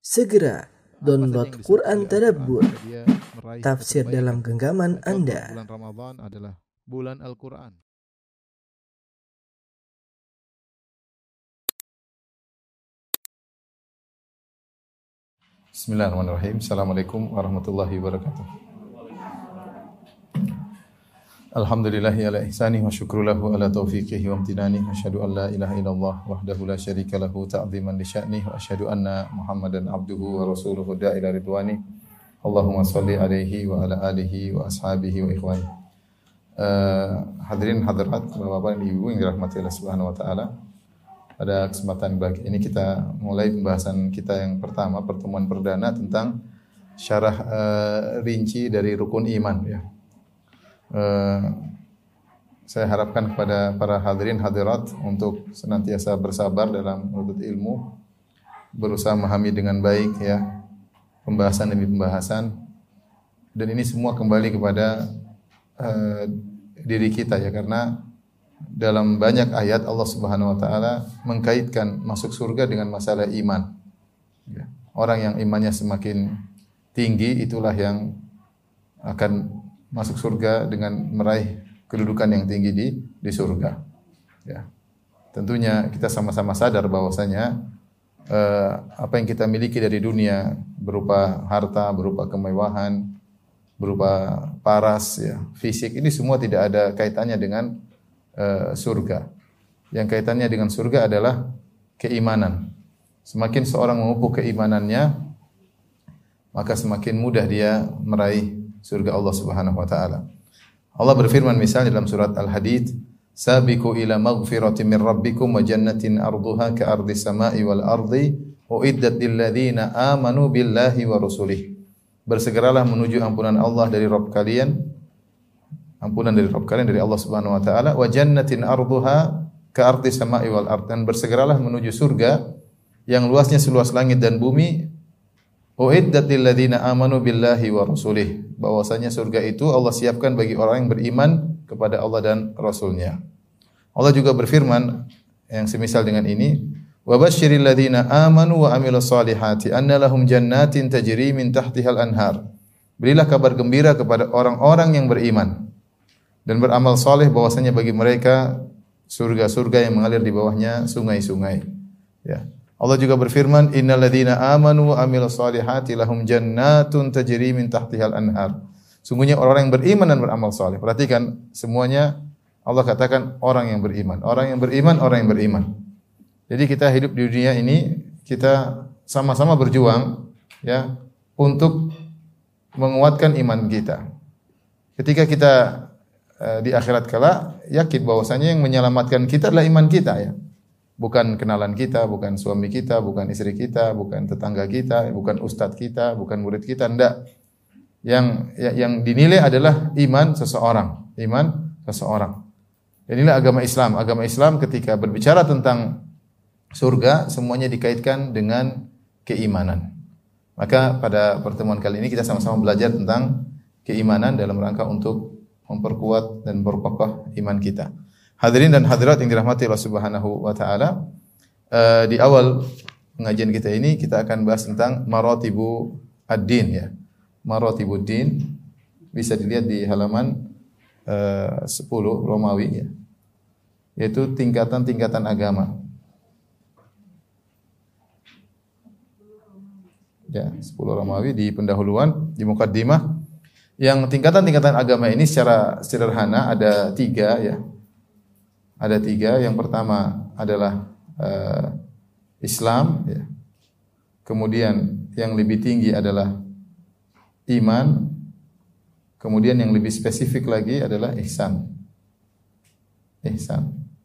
Segera download Quran Tadabbur, dia meraih tafsir kebaikan. dalam genggaman Anda. Bulan Ramadan adalah bulan Al-Quran. Bismillahirrahmanirrahim. Assalamualaikum warahmatullahi wabarakatuh. Alhamdulillahi ala ihsanih wa syukru lahu ala taufiqihi wa amtinani. Asyhadu an la ilaha illallah wahdahu la syarika lahu ta'ziman li sya'nih wa asyhadu anna Muhammadan abduhu wa rasuluhu da'ila ridwani. Allahumma shalli alaihi wa ala alihi wa ashabihi wa ikhwani. Hadirin hadirat, Bapak dan Ibu yang dirahmati Allah Subhanahu wa taala. Pada kesempatan pagi ini kita mulai pembahasan kita yang pertama, pertemuan perdana tentang syarah rinci dari rukun iman ya. Saya harapkan kepada para hadirin hadirat untuk senantiasa bersabar dalam menuntut ilmu, berusaha memahami dengan baik ya, pembahasan demi pembahasan, dan ini semua kembali kepada diri kita ya, karena dalam banyak ayat Allah Subhanahu wa taala mengkaitkan masuk surga dengan masalah iman. Ya. Orang yang imannya semakin tinggi itulah yang akan masuk surga dengan meraih kedudukan yang tinggi di surga. Ya. Tentunya kita sama-sama sadar bahwasanya apa yang kita miliki dari dunia berupa harta, berupa kemewahan, berupa paras, ya, fisik, ini semua tidak ada kaitannya dengan surga. Yang kaitannya dengan surga adalah keimanan. Semakin seorang memupuk keimanannya, maka semakin mudah dia meraih surga Allah Subhanahu wa taala. Allah berfirman misalnya dalam surat Al-Hadid, "Sabiqu ila maghfiratin min rabbikum wa jannatin arduha ka'ardis sama'i wal ardi uiddat lil ladzina amanu billahi wa rusulih." Bersegeralah menuju ampunan Allah dari Rabb kalian, ampunan dari Rabb kalian dari Allah Subhanahu wa taala, wa jannatin arduha ka'ardis sama'i wal ard, dan bersegeralah menuju surga yang luasnya seluas langit dan bumi. Uiddat lil ladzina amanu billahi wa rasulih, bahwasanya surga itu Allah siapkan bagi orang yang beriman kepada Allah dan Rasulnya. Allah juga berfirman yang semisal dengan ini, wa basyiril ladzina amanu wa amilus solihati anna lahum jannatin tajri min tahtihal anhar. Berilah kabar gembira kepada orang-orang yang beriman dan beramal soleh bahwasanya bagi mereka surga-surga yang mengalir di bawahnya sungai-sungai. Ya. Allah juga berfirman, innal ladzina amanu wa amilus solihati lahum jannatun tajri min tahtihal anhar. Sungguhnya orang yang beriman dan beramal soleh. Perhatikan semuanya Allah katakan orang yang beriman, orang yang beriman, orang yang beriman. Jadi kita hidup di dunia ini, kita sama-sama berjuang ya untuk menguatkan iman kita. Ketika kita di akhirat kala yakin bahwasanya yang menyelamatkan kita adalah iman kita ya. Bukan kenalan kita, bukan suami kita, bukan istri kita, bukan tetangga kita, bukan ustadz kita, bukan murid kita, enggak. Yang dinilai adalah iman seseorang, iman seseorang. Inilah agama Islam. Agama Islam ketika berbicara tentang surga semuanya dikaitkan dengan keimanan. Maka pada pertemuan kali ini kita sama-sama belajar tentang keimanan dalam rangka untuk memperkuat dan memperkokoh iman kita. Hadirin dan hadirat yang dirahmati Allah Subhanahu wa taala, di awal pengajian kita ini kita akan bahas tentang maratibu ad-din ya. Maratibud din bisa dilihat di halaman 10 Romawi ya. Yaitu tingkatan-tingkatan agama. Ya, 10 Romawi di pendahuluan, di mukaddimah. Yang tingkatan-tingkatan agama ini secara sederhana ada 3 ya. Ada 3. Yang pertama adalah Islam ya. Kemudian yang lebih tinggi adalah iman. Kemudian yang lebih spesifik lagi adalah ihsan. Ihsan.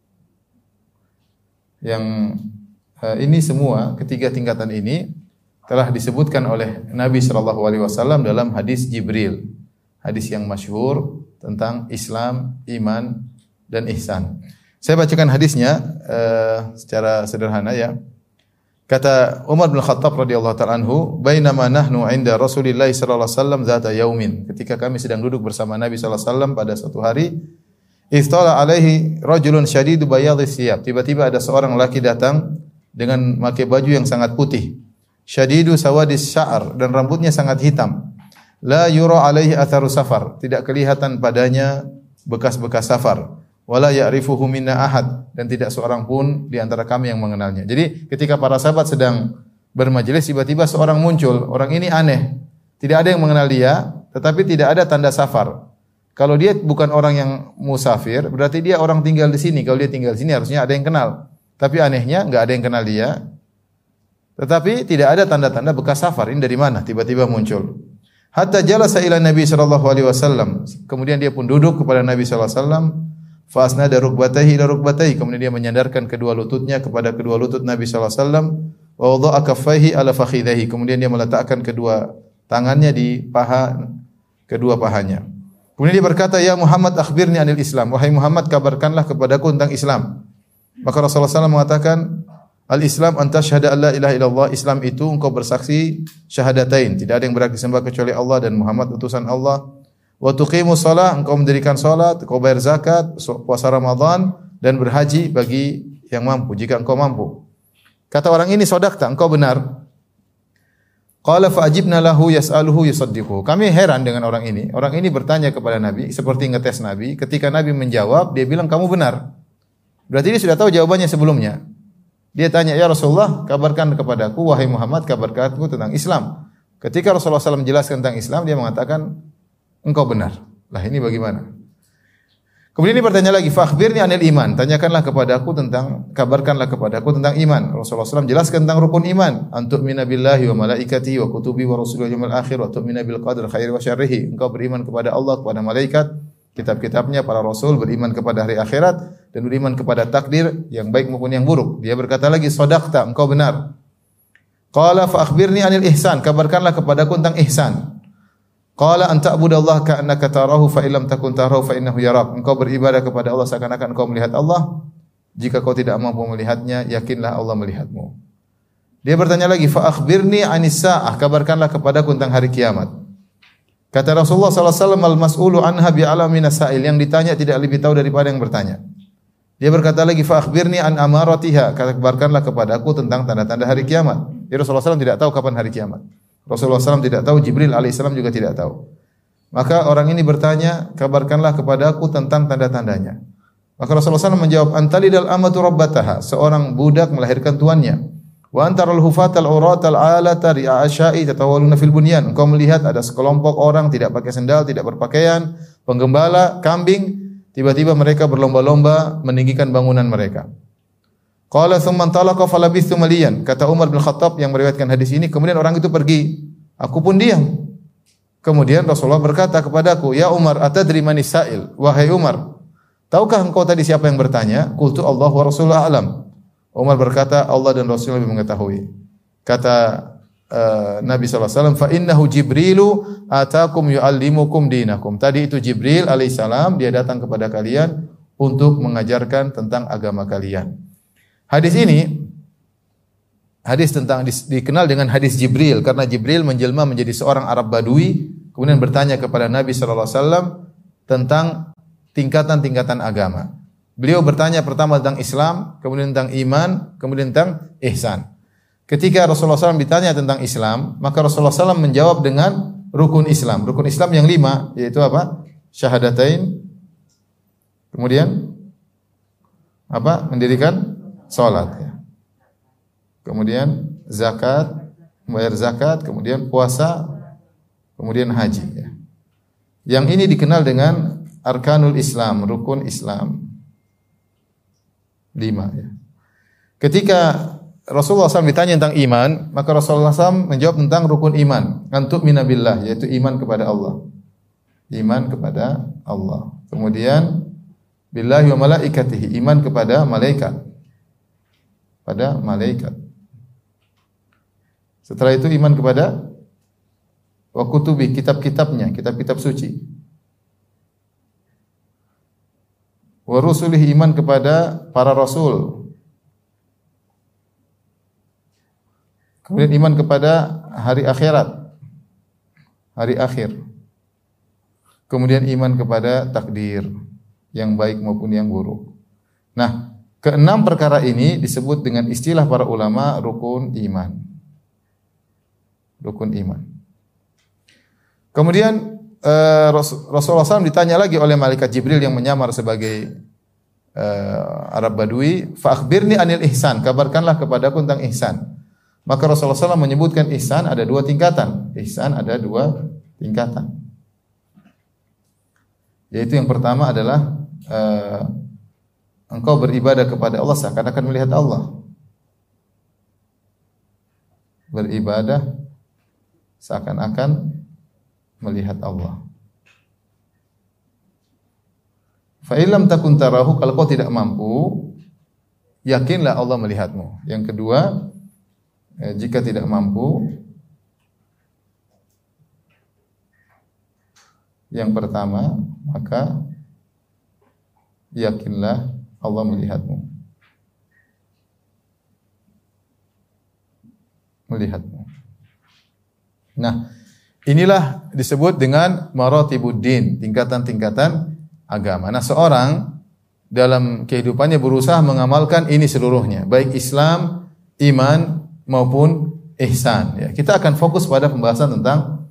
Yang ini semua, ketiga tingkatan ini telah disebutkan oleh Nabi sallallahu alaihi wasallam dalam hadis Jibril. Hadis yang masyhur tentang Islam, iman dan ihsan. Saya bacakan hadisnya secara sederhana ya. Kata Umar bin Khattab radhiyallahu ta'ala anhu, "Bainama nahnu 'inda Rasulillah sallallahu alaihi wasallam zata yaumin." Ketika kami sedang duduk bersama Nabi sallallahu alaihi wasallam pada suatu hari, istala alaihi rajulun syadidu bayadhis siyab. Tiba-tiba ada seorang laki datang dengan memakai baju yang sangat putih. syadidu sawadis sya'r, dan rambutnya sangat hitam. La yura alaihi atharu safar, tidak kelihatan padanya bekas-bekas safar. Wala ya'rifuhu minna ahad, dan tidak seorang pun di antara kami yang mengenalnya. Jadi ketika para sahabat sedang bermajelis, tiba-tiba seorang muncul. Orang ini aneh, tidak ada yang mengenal dia, tetapi tidak ada tanda safar. Kalau dia bukan orang yang musafir, berarti dia orang tinggal di sini. Kalau dia tinggal di sini harusnya ada yang kenal. Tapi anehnya enggak ada yang kenal dia. Tetapi tidak ada tanda-tanda bekas safar. Ini dari mana? Tiba-tiba muncul. Hatta jalasa ila Nabi sallallahu alaihi wasallam. Kemudian dia pun duduk kepada Nabi sallallahu alaihi wasallam. Fa asnada rukbatayhi ila rukbatayhi. Kemudian dia menyandarkan kedua lututnya kepada kedua lutut Nabi sallallahu alaihi wasallam. Wa wada'a kaffaihi ala fakhidhihi. Kemudian dia meletakkan kedua tangannya di paha kedua pahanya. Kemudian dia berkata, "Ya Muhammad, akhbirni anil Islam." Wahai Muhammad, kabarkanlah kepadaku tentang Islam. Maka Rasulullah SAW mengatakan, "Al-Islam anta syahada alla ilaha illallah." Islam itu engkau bersaksi syahadatain, tidak ada yang berhak disembah kecuali Allah dan Muhammad utusan Allah. Wa tuqimus shalah, engkau mendirikan salat, engkau bayar zakat, puasa Ramadan, dan berhaji bagi yang mampu jika engkau mampu. Kata orang ini, "Shadaqta, engkau benar." Qala fa ajibna lahu yas'aluhu yusaddiquhu. Kami heran dengan orang ini. Orang ini bertanya kepada Nabi seperti ngetes Nabi. Ketika Nabi menjawab, dia bilang kamu benar. Berarti dia sudah tahu jawabannya sebelumnya. Dia tanya, "Ya Rasulullah, kabarkan kepadaku, wahai Muhammad, kabarkan aku tentang Islam." Ketika Rasulullah SAW menjelaskan tentang Islam, dia mengatakan, "Engkau benar." Lah ini bagaimana? Kemudian dia bertanya lagi, "Fakhbirni anil iman." Tanyakanlah kepadaku tentang, kabarkanlah kepadaku tentang iman. Rasulullah SAW jelaskan tentang rukun iman. Antu'mina billahi wa malaikatihi wa kutubi wa rusulihi wa yawmil akhir wa tu'mina bil qadri khairi wa syarrihi. Engkau beriman kepada Allah, kepada malaikat, kitab-kitabnya, para rasul, beriman kepada hari akhirat, dan beriman kepada takdir yang baik maupun yang buruk. Dia berkata lagi, "Shadaqta, engkau benar." Qala fa akhbirni anil ihsan. Kabarkanlah kepadaku tentang ihsan. Qala an ta'budallaha ka'annaka tarahu fa illam takun tarahu fa innahu yarak. Engkau beribadah kepada Allah seakan-akan engkau melihat Allah. Jika kau tidak mampu melihatnya, yakinlah Allah melihatmu. Dia bertanya lagi, fa akhbirni 'anis sa'ah. Kabarkanlah kepadaku tentang hari kiamat. Kata Rasulullah sallallahu alaihi wasallam, "Al-mas'ulu anha bi'alami nasail." Yang ditanya tidak lebih tahu daripada yang bertanya. Dia berkata lagi, "Fa akhbirni an amaratiha." Kabarkanlah kepadaku tentang tanda-tanda hari kiamat. Jadi Rasulullah SAW tidak tahu kapan hari kiamat. Rasulullah SAW tidak tahu, Jibril alaihissalam juga tidak tahu. Maka orang ini bertanya, "Kabarkanlah kepadaku tentang tanda-tandanya." Maka Rasulullah SAW menjawab, "Antalidal amatu rabbataha." Seorang budak melahirkan tuannya. "Wa antaral hufatal uratal alata ri'asyai tatawaluna fil bunyan." Engkau melihat ada sekelompok orang tidak pakai sendal, tidak berpakaian, penggembala kambing, tiba-tiba mereka berlomba-lomba meninggikan bangunan mereka. Qala thumma talaqa falabithu maliyan. Kata Umar bin Khattab yang meriwayatkan hadis ini, kemudian orang itu pergi. Aku pun diam. Kemudian Rasulullah berkata kepadaku, "Ya Umar, atadri manis sa'il?" Wahai Umar, tahukah engkau tadi siapa yang bertanya? Qultu Allah wa Rasulullah a'lam. Umar berkata, Allah dan Rasulullah lebih mengetahui. Kata Nabi SAW, fa innahu Jibrilu atakum yu'allimukum dinakum. Tadi itu Jibril alaihissalam, dia datang kepada kalian untuk mengajarkan tentang agama kalian. Hadis ini, hadis tentang dikenal dengan hadis Jibril karena Jibril menjelma menjadi seorang Arab Badui, kemudian bertanya kepada Nabi SAW tentang tingkatan-tingkatan agama. Beliau bertanya pertama tentang Islam, kemudian tentang iman, kemudian tentang ihsan. Ketika Rasulullah SAW ditanya tentang Islam, maka Rasulullah SAW menjawab dengan rukun Islam. Rukun Islam yang 5, yaitu apa? Syahadatain, kemudian apa? Mendirikan salat. Kemudian zakat, membayar zakat, kemudian puasa, kemudian haji. Yang ini dikenal dengan arkanul Islam, rukun Islam. 5. Ketika Rasulullah SAW ditanya tentang iman, maka Rasulullah SAW menjawab tentang rukun iman. Antuk minabillah, yaitu iman kepada Allah. Iman kepada Allah. Kemudian billahi wa malaikatihi, iman kepada malaikat. Pada malaikat. Setelah itu iman kepada wa kutubi, kitab-kitabnya, kitab-kitab suci. Wa rusulihi, iman kepada para rasul. Kemudian iman kepada hari akhirat, hari akhir. Kemudian iman kepada takdir yang baik maupun yang buruk. Nah, keenam perkara ini disebut dengan istilah para ulama rukun iman. rukun iman. Kemudian Rasulullah SAW ditanya lagi oleh malaikat Jibril yang menyamar sebagai Arab Badui, fa akhbirni anil ihsan, kabarkanlah kepadaku tentang ihsan. Maka Rasulullah SAW menyebutkan ihsan ada 2 tingkatan. Ihsan ada 2 tingkatan. Yaitu yang pertama adalah engkau beribadah kepada Allah seakan-akan melihat Allah. Beribadah seakan-akan melihat Allah. Fa illam takun tarahu, kalau kau tidak mampu, yakinlah Allah melihatmu. Yang kedua, jika tidak mampu, yang pertama, maka yakinlah Allah melihatmu. Melihatmu. Nah, inilah disebut dengan maratibuddin, tingkatan-tingkatan agama. Nah, seorang dalam kehidupannya berusaha mengamalkan ini seluruhnya, baik Islam, iman maupun ihsan. Ya, kita akan fokus pada pembahasan tentang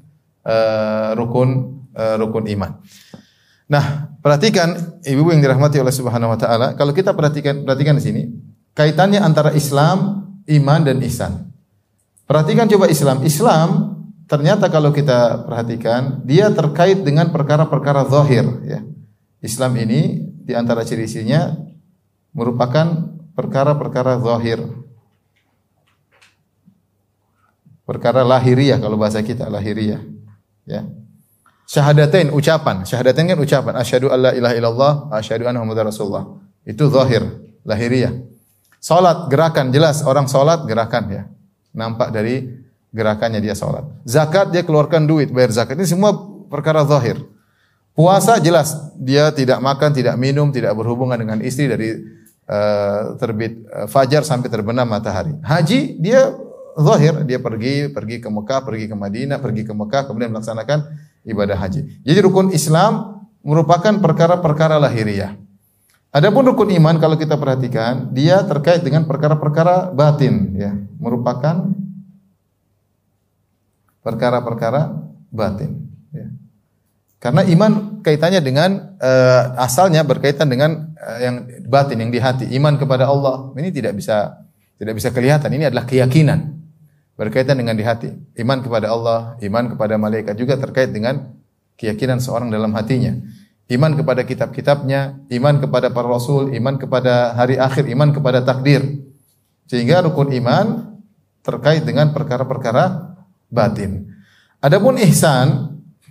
rukun iman. Nah, perhatikan ibu-ibu yang dirahmati oleh Subhanahu wa taala, kalau kita perhatikan di sini kaitannya antara Islam, iman dan ihsan. Perhatikan coba Islam. Islam ternyata kalau kita perhatikan dia terkait dengan perkara-perkara zahir, ya. Islam ini di antara ciri-cirinya merupakan perkara-perkara zahir. Perkara lahiriah kalau bahasa kita, lahiriah. Ya. Syahadatain, ucapan. Syahadatain kan ucapan. Asyhadu alla ilaha illallah, asyhadu anna muhammadar rasulullah. Itu zahir, lahiriah. Salat, gerakan, jelas orang salat gerakan, ya. Nampak dari gerakannya dia salat. Zakat, dia keluarkan duit, bayar zakat. Ini semua perkara zahir. Puasa jelas, dia tidak makan, tidak minum, tidak berhubungan dengan istri dari terbit fajar sampai terbenam matahari. Haji dia zahir, dia pergi ke Mekah, pergi ke Madinah, pergi ke Mekah, kemudian melaksanakan ibadah haji. Jadi rukun Islam merupakan perkara-perkara lahiriah. Adapun rukun iman kalau kita perhatikan, dia terkait dengan perkara-perkara batin, ya, merupakan perkara-perkara batin, ya. Karena iman kaitannya dengan asalnya berkaitan dengan yang batin, yang di hati. Iman kepada Allah ini tidak bisa kelihatan. Ini adalah keyakinan berkaitan dengan di hati. Iman kepada Allah, iman kepada malaikat juga terkait dengan keyakinan seorang dalam hatinya. Iman kepada kitab-kitabnya, iman kepada para rasul, iman kepada hari akhir, iman kepada takdir. Sehingga rukun iman terkait dengan perkara-perkara batin. Adapun ihsan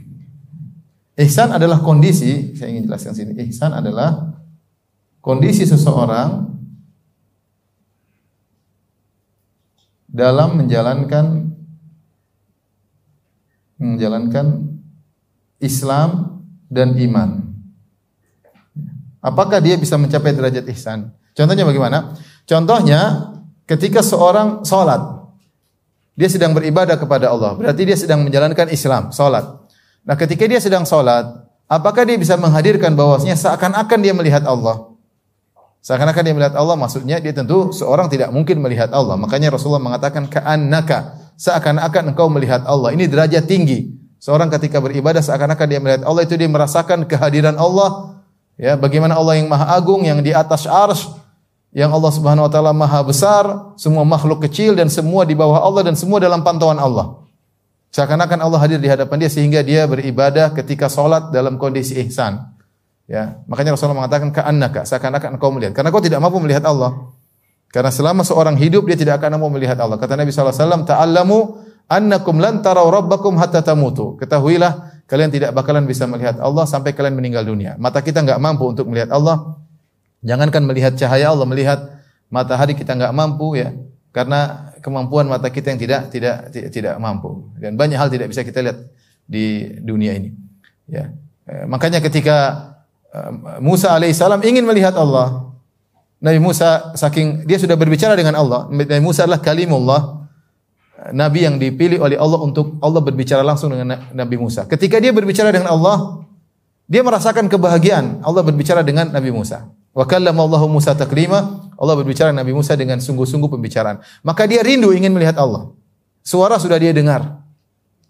adalah kondisi, saya ingin jelaskan sini. Ihsan adalah kondisi seseorang dalam menjalankan Islam dan iman. Apakah dia bisa mencapai derajat ihsan? Contohnya bagaimana? Contohnya ketika seorang salat, dia sedang beribadah kepada Allah, berarti dia sedang menjalankan Islam, salat. Nah, ketika dia sedang salat, apakah dia bisa menghadirkan bahwasanya seakan-akan dia melihat Allah? Seakan-akan dia melihat Allah, maksudnya dia tentu seorang tidak mungkin melihat Allah. Makanya Rasulullah mengatakan ka'annaka, seakan-akan engkau melihat Allah. Ini derajat tinggi. Seorang ketika beribadah seakan-akan dia melihat Allah, itu dia merasakan kehadiran Allah. Ya, bagaimana Allah yang Maha Agung, yang di atas arsy, yang Allah Subhanahu wa taala Maha Besar, semua makhluk kecil dan semua di bawah Allah dan semua dalam pantauan Allah. Seakan-akan Allah hadir di hadapan dia sehingga dia beribadah ketika salat dalam kondisi ihsan. Ya, makanya Rasulullah mengatakan ka'annaka, seakan-akan engkau melihat. Karena kau tidak mampu melihat Allah. Karena selama seorang hidup dia tidak akan mampu melihat Allah. Kata Nabi sallallahu alaihi wasallam, "Ta'allamu annakum lan tarau rabbakum hatta tamutu." Ketahuilah kalian tidak bakalan bisa melihat Allah sampai kalian meninggal dunia. Mata kita enggak mampu untuk melihat Allah. Jangankan melihat cahaya Allah, melihat matahari kita enggak mampu, ya. Karena kemampuan mata kita yang tidak mampu, dan banyak hal tidak bisa kita lihat di dunia ini. Ya, makanya ketika Musa alaihissalam ingin melihat Allah, Nabi Musa saking dia sudah berbicara dengan Allah. Nabi Musa adalah kalimullah, Nabi yang dipilih oleh Allah untuk Allah berbicara langsung dengan Nabi Musa. Ketika dia berbicara dengan Allah, dia merasakan kebahagiaan. Allah berbicara dengan Nabi Musa. Wa kallama Allahu Musa taklima. Allah berbicara dengan Nabi Musa dengan sungguh-sungguh pembicaraan. Maka dia rindu ingin melihat Allah. Suara sudah dia dengar.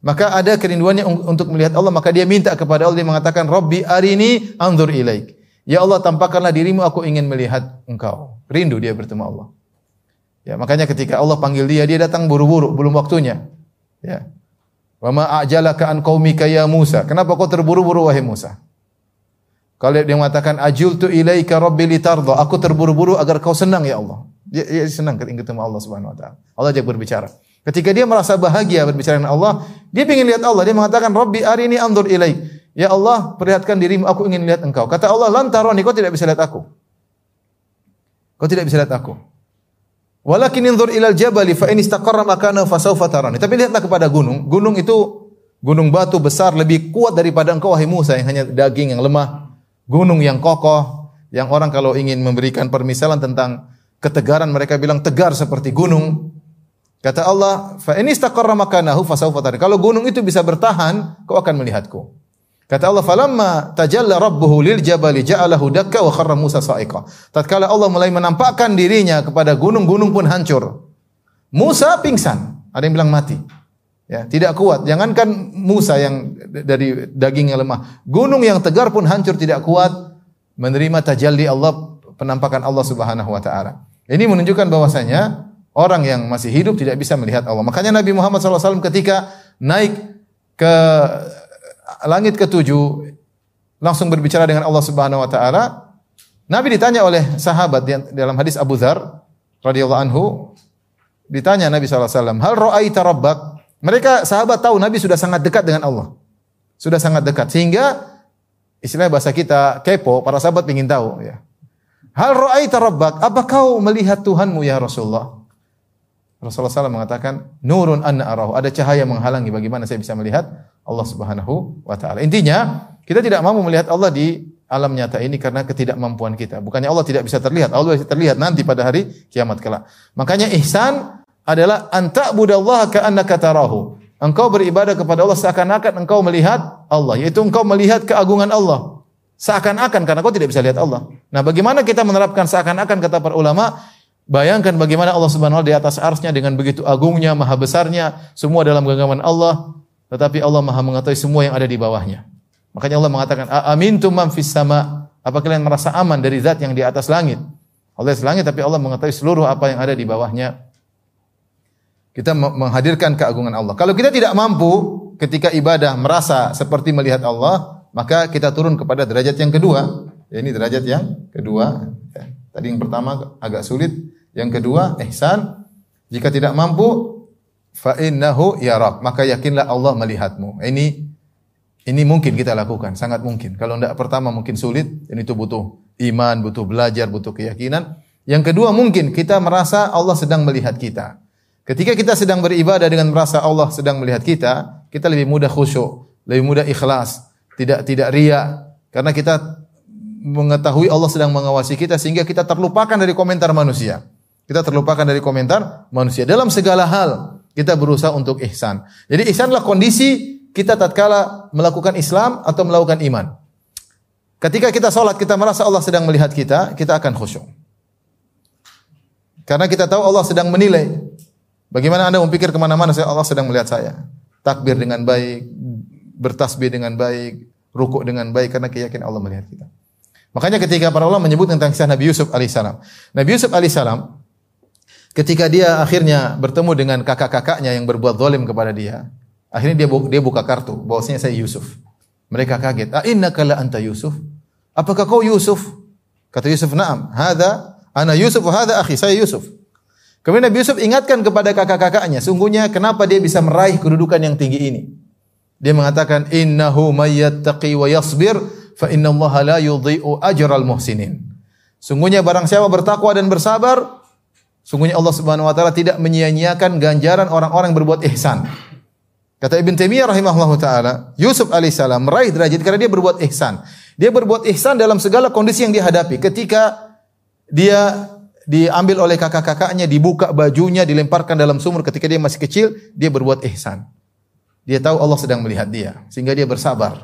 Maka ada kerinduannya untuk melihat Allah, maka dia minta kepada Allah, dia mengatakan, Rabbi arini anzur ilaik. Ya Allah, tampakkanlah dirimu, aku ingin melihat engkau. Rindu dia bertemu Allah. Ya, makanya ketika Allah panggil dia, dia datang buru-buru, belum waktunya. Ya. Wa ma a'jalaka an qaumika ya Musa. Kenapa kau terburu-buru wahai Musa? Kalau dia mengatakan ajultu ilaika rabbi litarda, aku terburu-buru agar kau senang ya Allah. Dia senang ketika ketemu Allah Subhanahu wa taala. Allah ajak berbicara. Ketika dia merasa bahagia berbicara dengan Allah, dia ingin lihat Allah. Dia mengatakan Rabbi arini anzur ilaik. Ya Allah, perlihatkan dirimu, aku ingin lihat engkau. Kata Allah, lan tarani, kau tidak bisa lihat aku. Kau tidak bisa lihat aku. Walakin inzur ilal jabali fa in istaqarra makanahu fasawfa tarani. Tapi lihatlah kepada gunung. Gunung itu gunung batu besar, lebih kuat daripada engkau wahai Musa yang hanya daging yang lemah. Gunung yang kokoh, yang orang kalau ingin memberikan permisalan tentang ketegaran mereka bilang tegar seperti gunung. Kata Allah, fa in istaqarra makanahu fasawfa tarani. Kalau gunung itu bisa bertahan, kau akan melihatku. Kata Allah, falamma tajalla rabbuhu lil jabali ja'alahu dakka wa kharra Musa sa'iqa. Tatkala Allah mulai menampakkan dirinya kepada gunung, gunung pun hancur. Musa pingsan, ada yang bilang mati. Ya, tidak kuat. Jangankan Musa yang dari daging yang lemah, gunung yang tegar pun hancur, tidak kuat menerima tajalli Allah, penampakan Allah Subhanahu wa taala. Ini menunjukkan bahwasanya orang yang masih hidup tidak bisa melihat Allah. Makanya Nabi Muhammad SAW ketika naik ke langit ketujuh langsung berbicara dengan Allah Subhanahu wa taala. Nabi ditanya oleh sahabat dalam hadis Abu Dzar radhiyallahu anhu, ditanya Nabi SAW, "Hal ra'aita rabbak?" Mereka sahabat tahu Nabi sudah sangat dekat dengan Allah. Sudah sangat dekat sehingga istilah bahasa kita kepo, para sahabat ingin tahu ya. "Hal ra'aita rabbak?" Apa kau melihat Tuhanmu ya Rasulullah? Rasulullah SAW mengatakan, "Nurun anna arahu." Ada cahaya menghalangi bagaimana saya bisa melihat Allah Subhanahu wa taala. Intinya, kita tidak mampu melihat Allah di alam nyata ini karena ketidakmampuan kita. Bukannya Allah tidak bisa terlihat, Allah bisa terlihat nanti pada hari kiamat kelak. Makanya ihsan adalah anta budallaha ka'annaka tarahu. Engkau beribadah kepada Allah seakan-akan engkau melihat Allah, yaitu engkau melihat keagungan Allah. Seakan-akan karena kau tidak bisa lihat Allah. Nah, bagaimana kita menerapkan seakan-akan kata para ulama? Bayangkan bagaimana Allah Subhanahu wa taala di atas arsy-Nya dengan begitu agungnya, maha besarnya, semua dalam genggaman Allah, tetapi Allah Maha mengetahui semua yang ada di bawahnya. Makanya Allah mengatakan, "Amintum man fis sama?" Apa kalian merasa aman dari zat yang di atas langit? Allah di langit, tapi Allah mengetahui seluruh apa yang ada di bawahnya. Kita menghadirkan keagungan Allah. Kalau kita tidak mampu ketika ibadah merasa seperti melihat Allah, maka kita turun kepada derajat yang kedua. Ya, ini derajat yang kedua. Ya. Tadi yang pertama agak sulit, yang kedua ihsan. Jika tidak mampu, fa innahu yarak, maka yakinlah Allah melihatmu. Ini mungkin kita lakukan, sangat mungkin. Kalau tidak pertama mungkin sulit, dan itu butuh iman, butuh belajar, butuh keyakinan. Yang kedua mungkin kita merasa Allah sedang melihat kita. Ketika kita sedang beribadah dengan merasa Allah sedang melihat kita, kita lebih mudah khusyuk, lebih mudah ikhlas, tidak riya, karena kita mengetahui Allah sedang mengawasi kita sehingga kita terlupakan dari komentar manusia. Kita terlupakan dari komentar manusia dalam segala hal. Kita berusaha untuk ihsan. Jadi ihsanlah kondisi kita tatkala melakukan Islam atau melakukan iman. Ketika kita salat kita merasa Allah sedang melihat kita, kita akan khusyuk. Karena kita tahu Allah sedang menilai. Bagaimana Anda memikir kemana-mana Allah sedang melihat saya. Takbir dengan baik, bertasbih dengan baik, rukuk dengan baik karena keyakinan Allah melihat kita. Makanya ketika para ulama menyebut tentang kisah Nabi Yusuf alaihissalam. Nabi Yusuf alaihissalam ketika dia akhirnya bertemu dengan kakak-kakaknya yang berbuat zalim kepada dia, akhirnya dia buka kartu bahwasanya saya Yusuf. Mereka kaget. "A innaka la anta Yusuf?" Apakah kau Yusuf? Kata Yusuf, "Na'am, hadza ana Yusuf wa hadza akhi, saya Yusuf." Kemudian Nabi Yusuf ingatkan kepada kakak-kakaknya, sungguhnya kenapa dia bisa meraih kedudukan yang tinggi ini. Dia mengatakan, "Innahu may yattaqi wa yasbir fa innallaha la yudhi'u ajral muhsinin." Sungguhnya barang siapa bertakwa dan bersabar, sungguhnya Allah Subhanahu wa taala tidak menyia-nyiakan ganjaran orang-orang yang berbuat ihsan. Kata Ibn Taimiyah rahimahullahu taala, Yusuf alaihissalam meraih derajat karena dia berbuat ihsan. Dia berbuat ihsan dalam segala kondisi yang dia hadapi. Ketika dia diambil oleh kakak-kakaknya, dibuka bajunya, dilemparkan dalam sumur ketika dia masih kecil, dia berbuat ihsan. Dia tahu Allah sedang melihat dia, sehingga dia bersabar.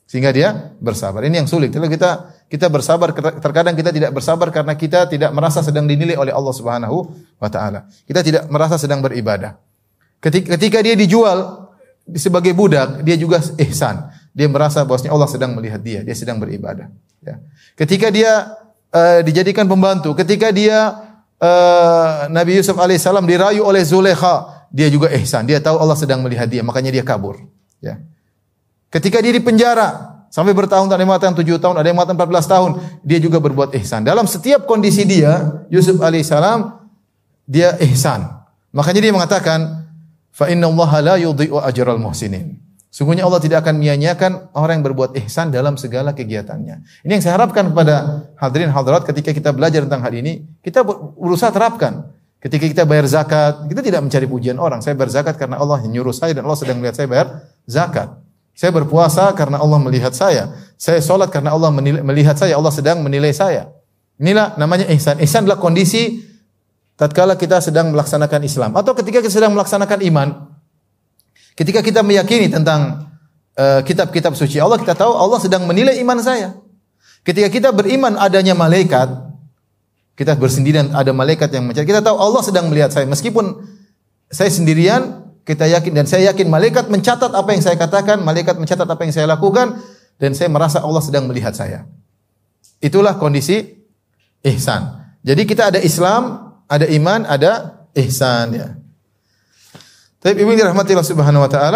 Ini yang sulit. Kalau kita bersabar, terkadang kita tidak bersabar karena kita tidak merasa sedang dinilai oleh Allah Subhanahu wa taala. Kita tidak merasa sedang beribadah. Ketika dia dijual sebagai budak, dia juga ihsan. Dia merasa bahwasanya Allah sedang melihat dia sedang beribadah. Ya. Ketika dia dijadikan pembantu, ketika dia Nabi Yusuf alaihissalam dirayu oleh Zulekha, dia juga ihsan. Dia tahu Allah sedang melihat dia, makanya dia kabur. Ya. Ketika dia di penjara sampai bertahun-tahun, ada yang mengatakan 7 tahun, ada yang mengatakan 14 tahun, dia juga berbuat ihsan. Dalam setiap kondisi dia, Yusuf alaihissalam, dia ihsan. Makanya dia mengatakan, fa innallaha la yudhi'u ajral muhsinin. Sungguhnya Allah tidak akan menyia-nyiakan orang yang berbuat ihsan dalam segala kegiatannya. Ini yang saya harapkan kepada hadirin hadirat ketika kita belajar tentang hal ini, kita berusaha terapkan. Ketika kita bayar zakat, kita tidak mencari pujian orang. Saya berzakat karena Allah yang nyuruh saya dan Allah sedang melihat saya bayar zakat. Saya berpuasa karena Allah melihat saya. Saya sholat karena Allah melihat saya. Allah sedang menilai saya. Inilah namanya ihsan. Ihsan adalah kondisi tatkala kita sedang melaksanakan Islam. Atau ketika kita sedang melaksanakan iman. Ketika kita meyakini tentang kitab-kitab suci Allah, kita tahu Allah sedang menilai iman saya. Ketika kita beriman adanya malaikat, kita bersendirian ada malaikat yang mencari. Kita tahu Allah sedang melihat saya. Meskipun saya sendirian, kita yakin dan saya yakin malaikat mencatat apa yang saya katakan, malaikat mencatat apa yang saya lakukan, dan saya merasa Allah sedang melihat saya. Itulah kondisi ihsan. Jadi kita ada Islam, ada iman, ada ihsan ya. Tapi Ibu dirahmati Allah Subhanahu wa taala,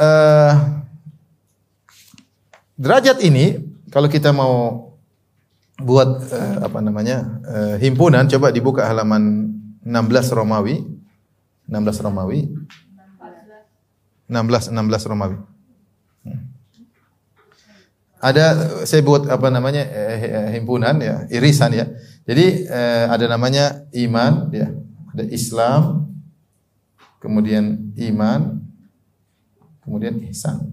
derajat ini kalau kita mau buat himpunan, coba dibuka halaman 16 Romawi. 16 Romawi. Ada saya buat himpunan ya, irisan ya. Jadi ada namanya iman ya, ada Islam, kemudian iman, kemudian ihsan.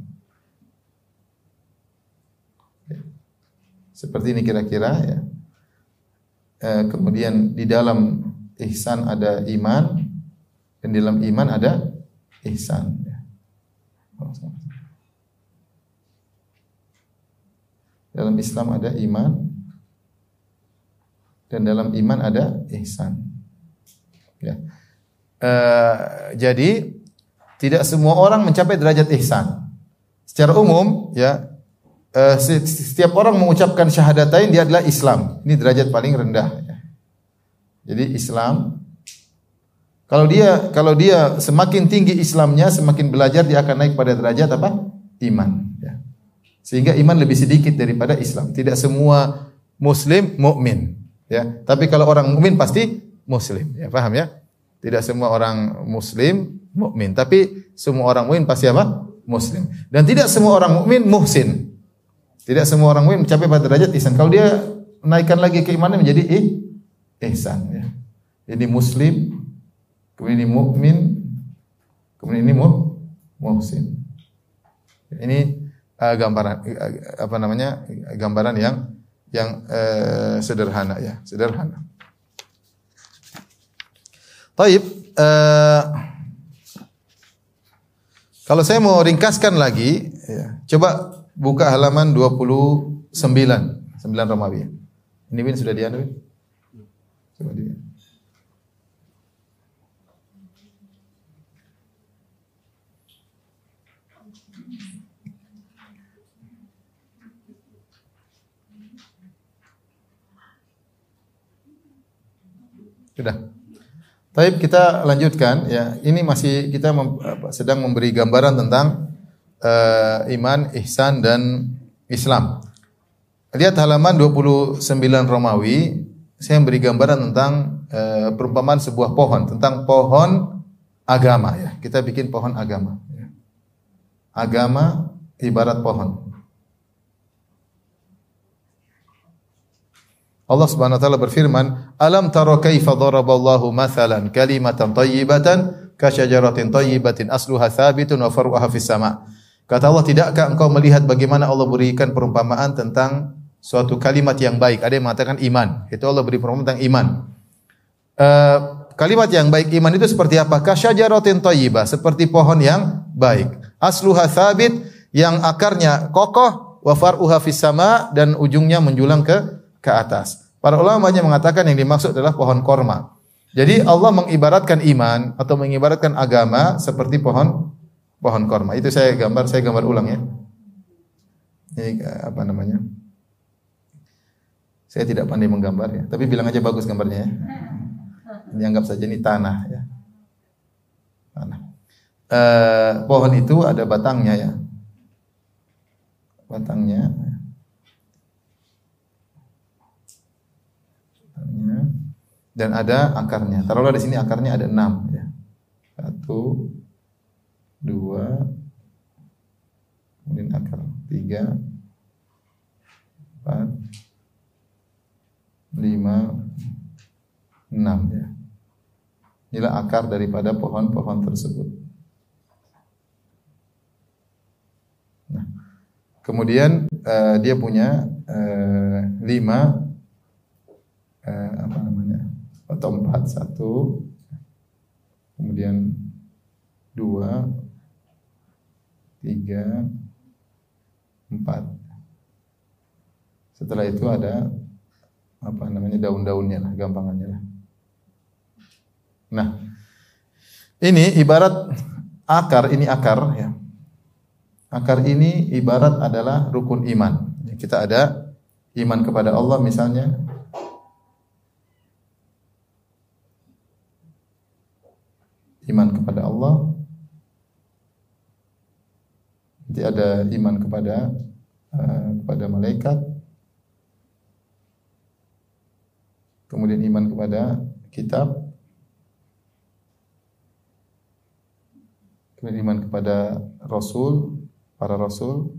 Seperti ini kira-kira ya. Kemudian di dalam ihsan ada iman, dan di dalam iman ada ihsan. Dalam Islam ada iman, dan dalam iman ada ihsan. Ya. Jadi tidak semua orang mencapai derajat ihsan. Secara umum, ya, setiap orang mengucapkan syahadatain dia adalah Islam. Ini derajat paling rendah. Ya. Jadi Islam. Kalau dia semakin tinggi Islamnya, semakin belajar dia akan naik pada derajat apa? Iman. Ya. Sehingga iman lebih sedikit daripada Islam. Tidak semua Muslim mukmin. Ya. Tapi kalau orang mukmin pasti Muslim. Ya, paham ya? Tidak semua orang Muslim mukmin. Tapi semua orang mukmin pasti apa? Muslim. Dan tidak semua orang mukmin muhsin. Tidak semua orang mukmin mencapai pada derajat ihsan. Kalau dia naikkan lagi keimanan menjadi ihsan. Ya. Jadi Muslim, kemudian ini mukmin, kemudian ini muhsin. Ini gambaran yang sederhana ya, sederhana. Taib, kalau saya mau ringkaskan lagi, ya, coba buka halaman 29 Romawi. Ini Win sudah dianu? Coba dia. Sudah. Baik, kita lanjutkan ya. Ini masih kita sedang memberi gambaran tentang iman, ihsan dan Islam. Lihat halaman 29 Romawi, saya memberi gambaran tentang perumpamaan sebuah pohon, tentang pohon agama ya. Kita bikin pohon agama ya. Agama ibarat pohon. Allah Subhanahu wa taala berfirman, "Alam tara kaifa daraballahu mathalan kalimatan thayyibatan ka syajaratin thayyibatin asluha tsabitun wa far'uha fis sama'." Kata Allah, tidakkah engkau melihat bagaimana Allah berikan perumpamaan tentang suatu kalimat yang baik? Ada yang mengatakan iman. Itu Allah beri perumpamaan tentang iman. Kalimat yang baik iman itu seperti apa? Ka syajaratin thayyibah, seperti pohon yang baik. Asluha tsabit, yang akarnya kokoh, wa far'uha fis sama', dan ujungnya menjulang ke atas. Para ulama hanya mengatakan yang dimaksud adalah pohon korma. Jadi Allah mengibaratkan iman atau mengibaratkan agama seperti pohon pohon korma. Itu saya gambar ulang ya. Ini apa namanya? Saya tidak pandai menggambar ya, tapi bilang aja bagus gambarnya ya. Ini anggap saja ini tanah ya. Tanah. Pohon itu ada batangnya ya. Batangnya. Dan ada akarnya. Taruhlah di sini akarnya ada 6 ya. 1 2 kemudian akar 3 4 5 6 ya. Inilah akar daripada pohon-pohon tersebut. Nah, kemudian dia punya 5 apa namanya? Atau 4, 1 kemudian 2 3 4. Setelah itu ada apa namanya daun-daunnya lah, gampangannya lah. Nah, ini ibarat akar, ini akar ya. Akar ini ibarat adalah rukun iman. Kita ada iman kepada Allah misalnya. Iman kepada Allah. Nanti ada iman kepada malaikat. Kemudian iman kepada kitab. Kemudian iman kepada rasul, para rasul.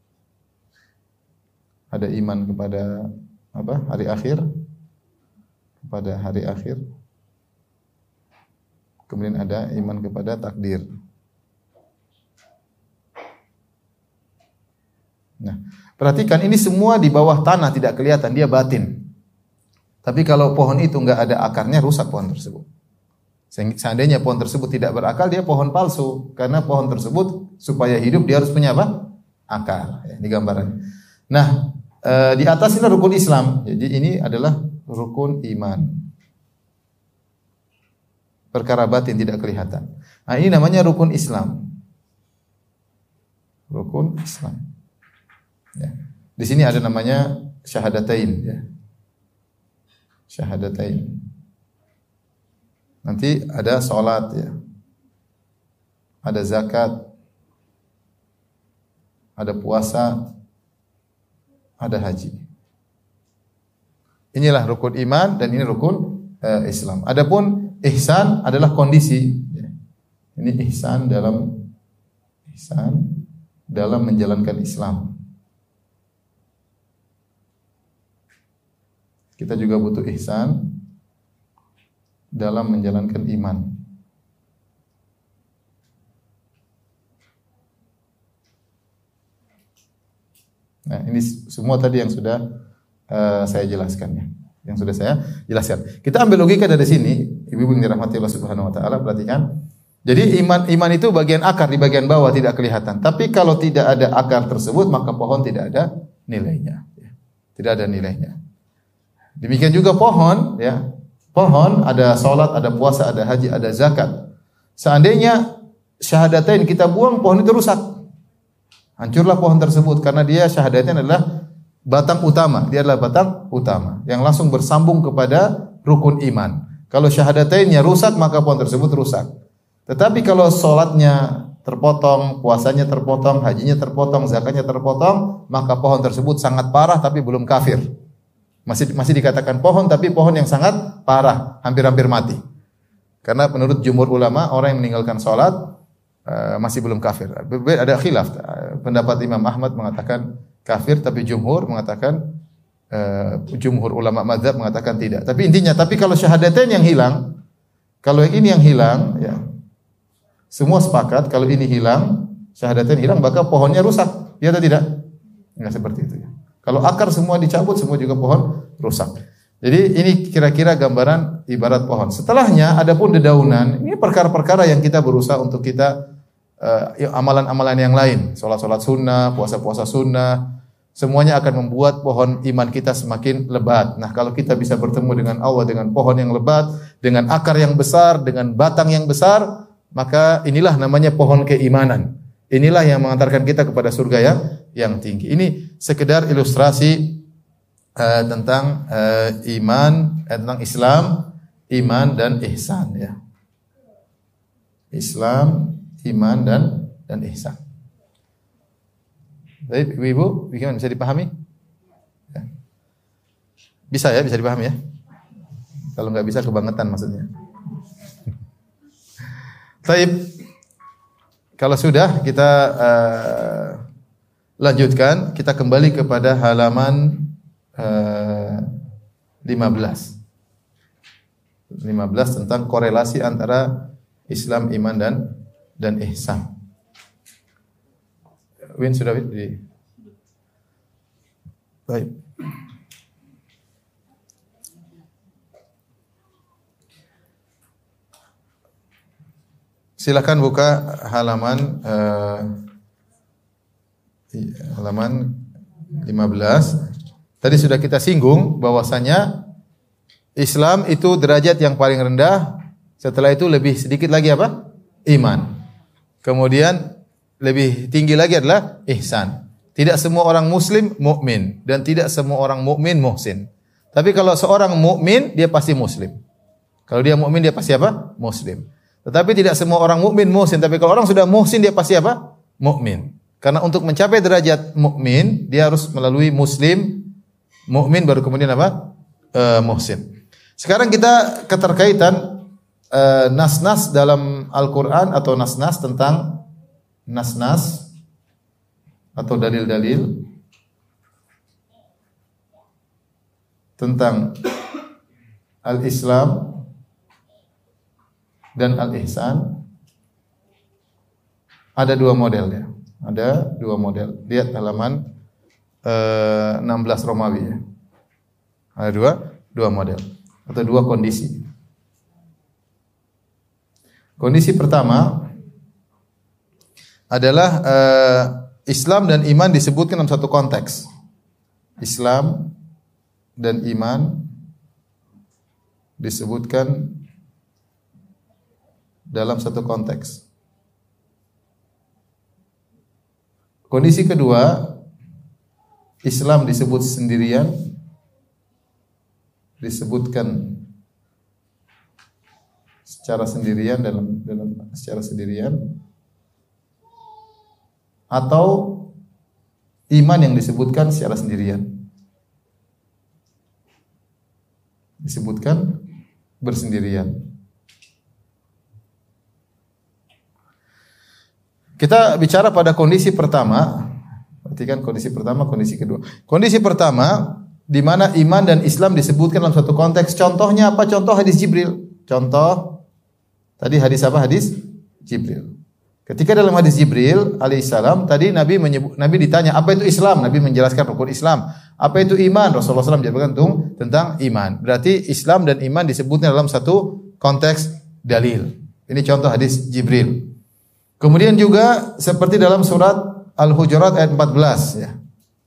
Ada iman kepada apa? Hari akhir. Kepada hari akhir. Kemudian ada iman kepada takdir. Nah, perhatikan ini semua di bawah tanah, tidak kelihatan, dia batin. Tapi kalau pohon itu enggak ada akarnya, rusak pohon tersebut. Seandainya pohon tersebut tidak berakal, dia pohon palsu. Karena pohon tersebut supaya hidup dia harus punya apa? Akar. Ya, di gambaran. Nah, di atas ini rukun Islam. Jadi ini adalah rukun iman. Perkara batin tidak kelihatan. Nah, ini namanya rukun Islam. Rukun Islam. Ya. Di sini ada namanya syahadatain. Ya. Syahadatain. Nanti ada sholat, ya. Ada zakat, ada puasa, ada haji. Inilah rukun iman dan ini rukun Islam. Adapun ihsan adalah kondisi. Ini ihsan dalam menjalankan Islam. Kita juga butuh ihsan dalam menjalankan iman. Nah, ini semua tadi yang sudah saya jelaskan ya. Yang sudah saya jelaskan. Kita ambil logika dari sini, ibu-ibu yang dirahmati Allah Subhanahu wa taala, perhatikan. Jadi iman itu bagian akar, di bagian bawah tidak kelihatan. Tapi kalau tidak ada akar tersebut, maka pohon tidak ada nilainya. Tidak ada nilainya. Demikian juga pohon, ya. Pohon ada salat, ada puasa, ada haji, ada zakat. Seandainya syahadatain kita buang, pohon itu rusak. Hancurlah pohon tersebut karena dia syahadatain adalah batang utama. Dia adalah batang utama yang langsung bersambung kepada rukun iman. Kalau syahadatainnya rusak, maka pohon tersebut rusak. Tetapi kalau salatnya terpotong, puasanya terpotong, hajinya terpotong, zakatnya terpotong, maka pohon tersebut sangat parah tapi belum kafir. Masih dikatakan pohon, tapi pohon yang sangat parah, hampir-hampir mati. Karena menurut jumhur ulama, orang yang meninggalkan sholat masih belum kafir. Ada khilaf. Pendapat Imam Ahmad mengatakan kafir, tapi jumhur mengatakan jumhur ulama mazhab mengatakan tidak. Tapi intinya, tapi kalau syahadatain yang hilang, kalau yang ini yang hilang, ya semua sepakat kalau ini hilang, syahadatain hilang, maka pohonnya rusak. Ya atau tidak? Enggak seperti itu ya. Kalau akar semua dicabut, semua juga pohon rusak. Jadi ini kira-kira gambaran ibarat pohon. Setelahnya adapun dedaunan, ini perkara-perkara yang kita berusaha untuk kita amalan-amalan yang lain, salat-salat sunnah, puasa-puasa sunnah, semuanya akan membuat pohon iman kita semakin lebat. Nah, kalau kita bisa bertemu dengan Allah dengan pohon yang lebat, dengan akar yang besar, dengan batang yang besar, maka inilah namanya pohon keimanan. Inilah yang mengantarkan kita kepada surga yang tinggi. Ini sekedar ilustrasi tentang iman, tentang Islam, iman dan ihsan ya. Islam, iman dan ihsan. Baik, Ibu, bagaimana bisa dipahami? Ya. Bisa ya, bisa dipahami ya. Kalau nggak bisa kebangetan maksudnya. Baik. Kalau sudah kita lanjutkan, kita kembali kepada halaman 15 tentang korelasi antara Islam, iman dan ihsan. Win sudah di. Baik. Silakan buka halaman 15. Tadi sudah kita singgung bahwasanya Islam itu derajat yang paling rendah, setelah itu lebih sedikit lagi apa? Iman. Kemudian lebih tinggi lagi adalah ihsan. Tidak semua orang muslim mukmin dan tidak semua orang mukmin muhsin. Tapi kalau seorang mukmin dia pasti muslim. Kalau dia mukmin dia pasti apa? Muslim. Tetapi tidak semua orang mukmin muhsin, tapi kalau orang sudah muhsin dia pasti apa? Mukmin. Karena untuk mencapai derajat mukmin dia harus melalui muslim, mukmin baru kemudian apa? Muhsin. Sekarang kita keterkaitan nas-nas dalam Al-Qur'an atau nas-nas tentang nas-nas atau dalil-dalil tentang al-Islam dan al-ihsan. Ada dua model ya. Ada dua model. Lihat halaman 16 Romawi ya. Ada dua model atau dua kondisi. Kondisi pertama adalah Islam dan iman disebutkan dalam satu konteks. Islam dan iman disebutkan dalam satu konteks. Kondisi kedua, Islam disebut sendirian, disebutkan secara sendirian dalam secara sendirian, atau iman yang disebutkan secara sendirian. Disebutkan bersendirian. Kita bicara pada kondisi pertama. Perhatikan kondisi pertama, kondisi kedua. Kondisi pertama di mana iman dan Islam disebutkan dalam satu konteks. Contohnya apa? Contoh hadis Jibril. Contoh tadi hadis apa? Hadis Jibril. Ketika dalam hadis Jibril alaihissalam tadi Nabi ditanya apa itu Islam, Nabi menjelaskan rukun Islam. Apa itu iman? Rasulullah SAW menjelaskan tentang iman. Berarti Islam dan iman disebutnya dalam satu konteks dalil. Ini contoh hadis Jibril. Kemudian juga seperti dalam surat Al-Hujurat ayat 14 ya.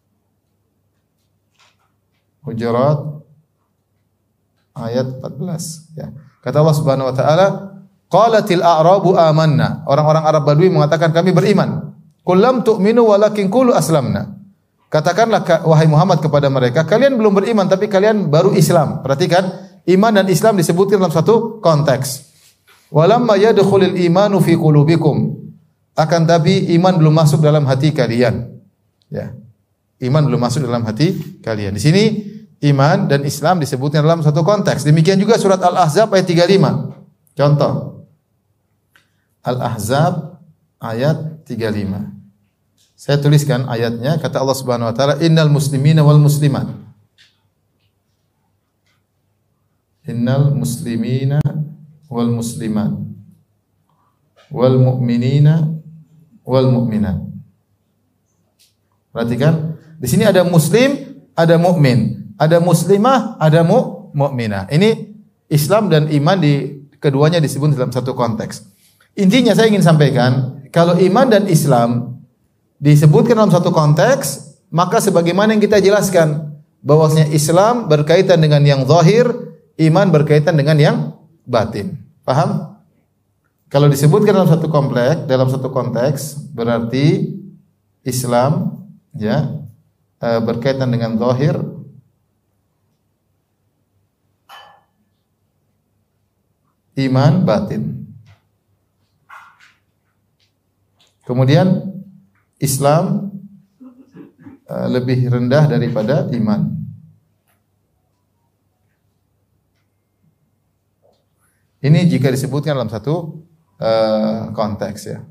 Hujurat ayat 14 ya. Kata Allah Subhanahu wa taala, qalatil a'rabu amanna. Orang-orang Arab Badui mengatakan kami beriman. Qul lam tu'minu walakin qulu aslamna. Katakanlah wahai Muhammad kepada mereka, kalian belum beriman tapi kalian baru Islam. Perhatikan, iman dan Islam disebutkan dalam satu konteks. Walamma yadkhulul imanu fi qulubikum. Akan tapi iman belum masuk dalam hati kalian. Ya. Iman belum masuk dalam hati kalian. Di sini iman dan Islam disebutkan dalam satu konteks. Demikian juga surat Al-Ahzab ayat 35. Contoh. Al-Ahzab ayat 35. Saya tuliskan ayatnya, kata Allah Subhanahu wa taala, innal muslimina wal muslimat. Innal muslimina wal muslimat wal mu'minina wal mu'minat. Perhatikan, di sini ada muslim, ada mukmin, ada muslimah, ada mukminah. Ini Islam dan iman di keduanya disebut dalam satu konteks. Intinya saya ingin sampaikan, kalau iman dan Islam disebutkan dalam satu konteks, maka sebagaimana yang kita jelaskan bahwasanya Islam berkaitan dengan yang zahir, iman berkaitan dengan yang batin. Paham? Kalau disebutkan dalam satu konteks berarti Islam ya berkaitan dengan zahir, iman, batin. Kemudian Islam lebih rendah daripada iman. Ini jika disebutkan dalam satu konteks ya.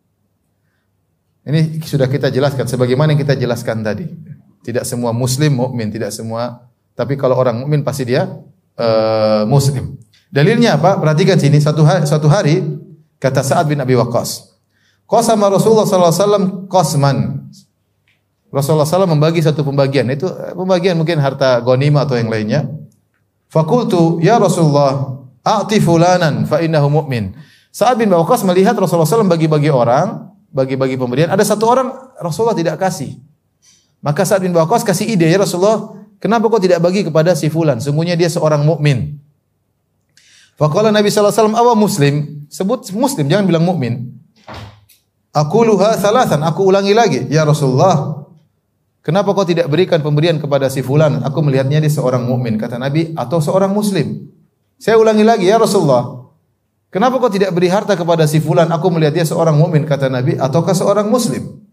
Ini sudah kita jelaskan sebagaimana yang kita jelaskan tadi. Tidak semua muslim mukmin, tidak semua, tapi kalau orang mukmin pasti dia muslim. Dalilnya apa? Perhatikan sini, suatu hari kata Sa'ad bin Abi Waqqas, qasama Rasulullah sallallahu alaihi wasallam qasman. Rasulullah SAW membagi satu pembagian, itu pembagian mungkin harta ghanimah atau yang lainnya. Faqultu ya Rasulullah a'ti fulanan fa innahu mu'min. Sa'ad bin Abi Waqqas melihat Rasulullah SAW bagi-bagi orang, bagi-bagi pemberian, ada satu orang Rasulullah tidak kasih. Maka Sa'ad bin Abi Waqqas kasih ide, ya Rasulullah, kenapa kau tidak bagi kepada si fulan? Sungguhnya dia seorang mukmin. Faqala Nabi sallallahu alaihi wasallam, "Awa muslim?" Sebut muslim, jangan bilang mukmin. Aquluha thalathan, aku ulangi lagi, ya Rasulullah, kenapa kau tidak berikan pemberian kepada si fulan? Aku melihatnya dia seorang mukmin, kata Nabi, atau seorang muslim. Saya ulangi lagi, ya Rasulullah, kenapa kau tidak beri harta kepada si fulan? Aku melihat dia seorang mukmin, kata Nabi, ataukah seorang muslim?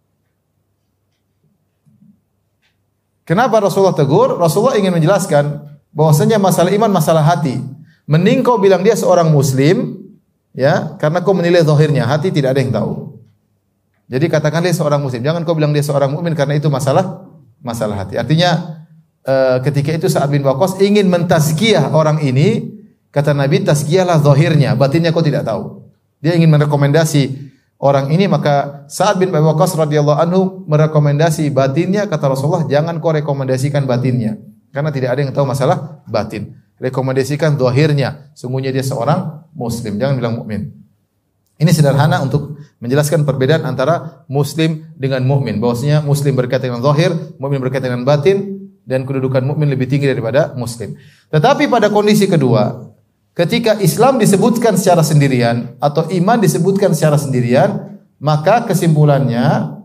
Kenapa Rasulullah tegur? Rasulullah ingin menjelaskan bahwasanya masalah iman masalah hati. Mending kau bilang dia seorang muslim, ya, karena kau menilai zahirnya, hati tidak ada yang tahu. Jadi katakan dia seorang muslim, jangan kau bilang dia seorang mukmin karena itu masalah hati. Artinya ketika itu Sa'ad bin Waqqas ingin mentazkiyah orang ini, kata Nabi, tazkiyahlah zahirnya, batinnya kau tidak tahu. Dia ingin merekomendasi orang ini, maka Sa'ad bin Abi Waqqas radhiyallahu anhu merekomendasi batinnya, kata Rasulullah, jangan kau rekomendasikan batinnya karena tidak ada yang tahu masalah batin. Rekomendasikan zahirnya, sungguhnya dia seorang muslim, jangan bilang mukmin. Ini sederhana untuk menjelaskan perbedaan antara muslim dengan mukmin. Bahwasanya muslim berkaitan dengan zahir, mukmin berkaitan dengan batin, dan kedudukan mukmin lebih tinggi daripada muslim. Tetapi pada kondisi kedua, ketika Islam disebutkan secara sendirian atau iman disebutkan secara sendirian, maka kesimpulannya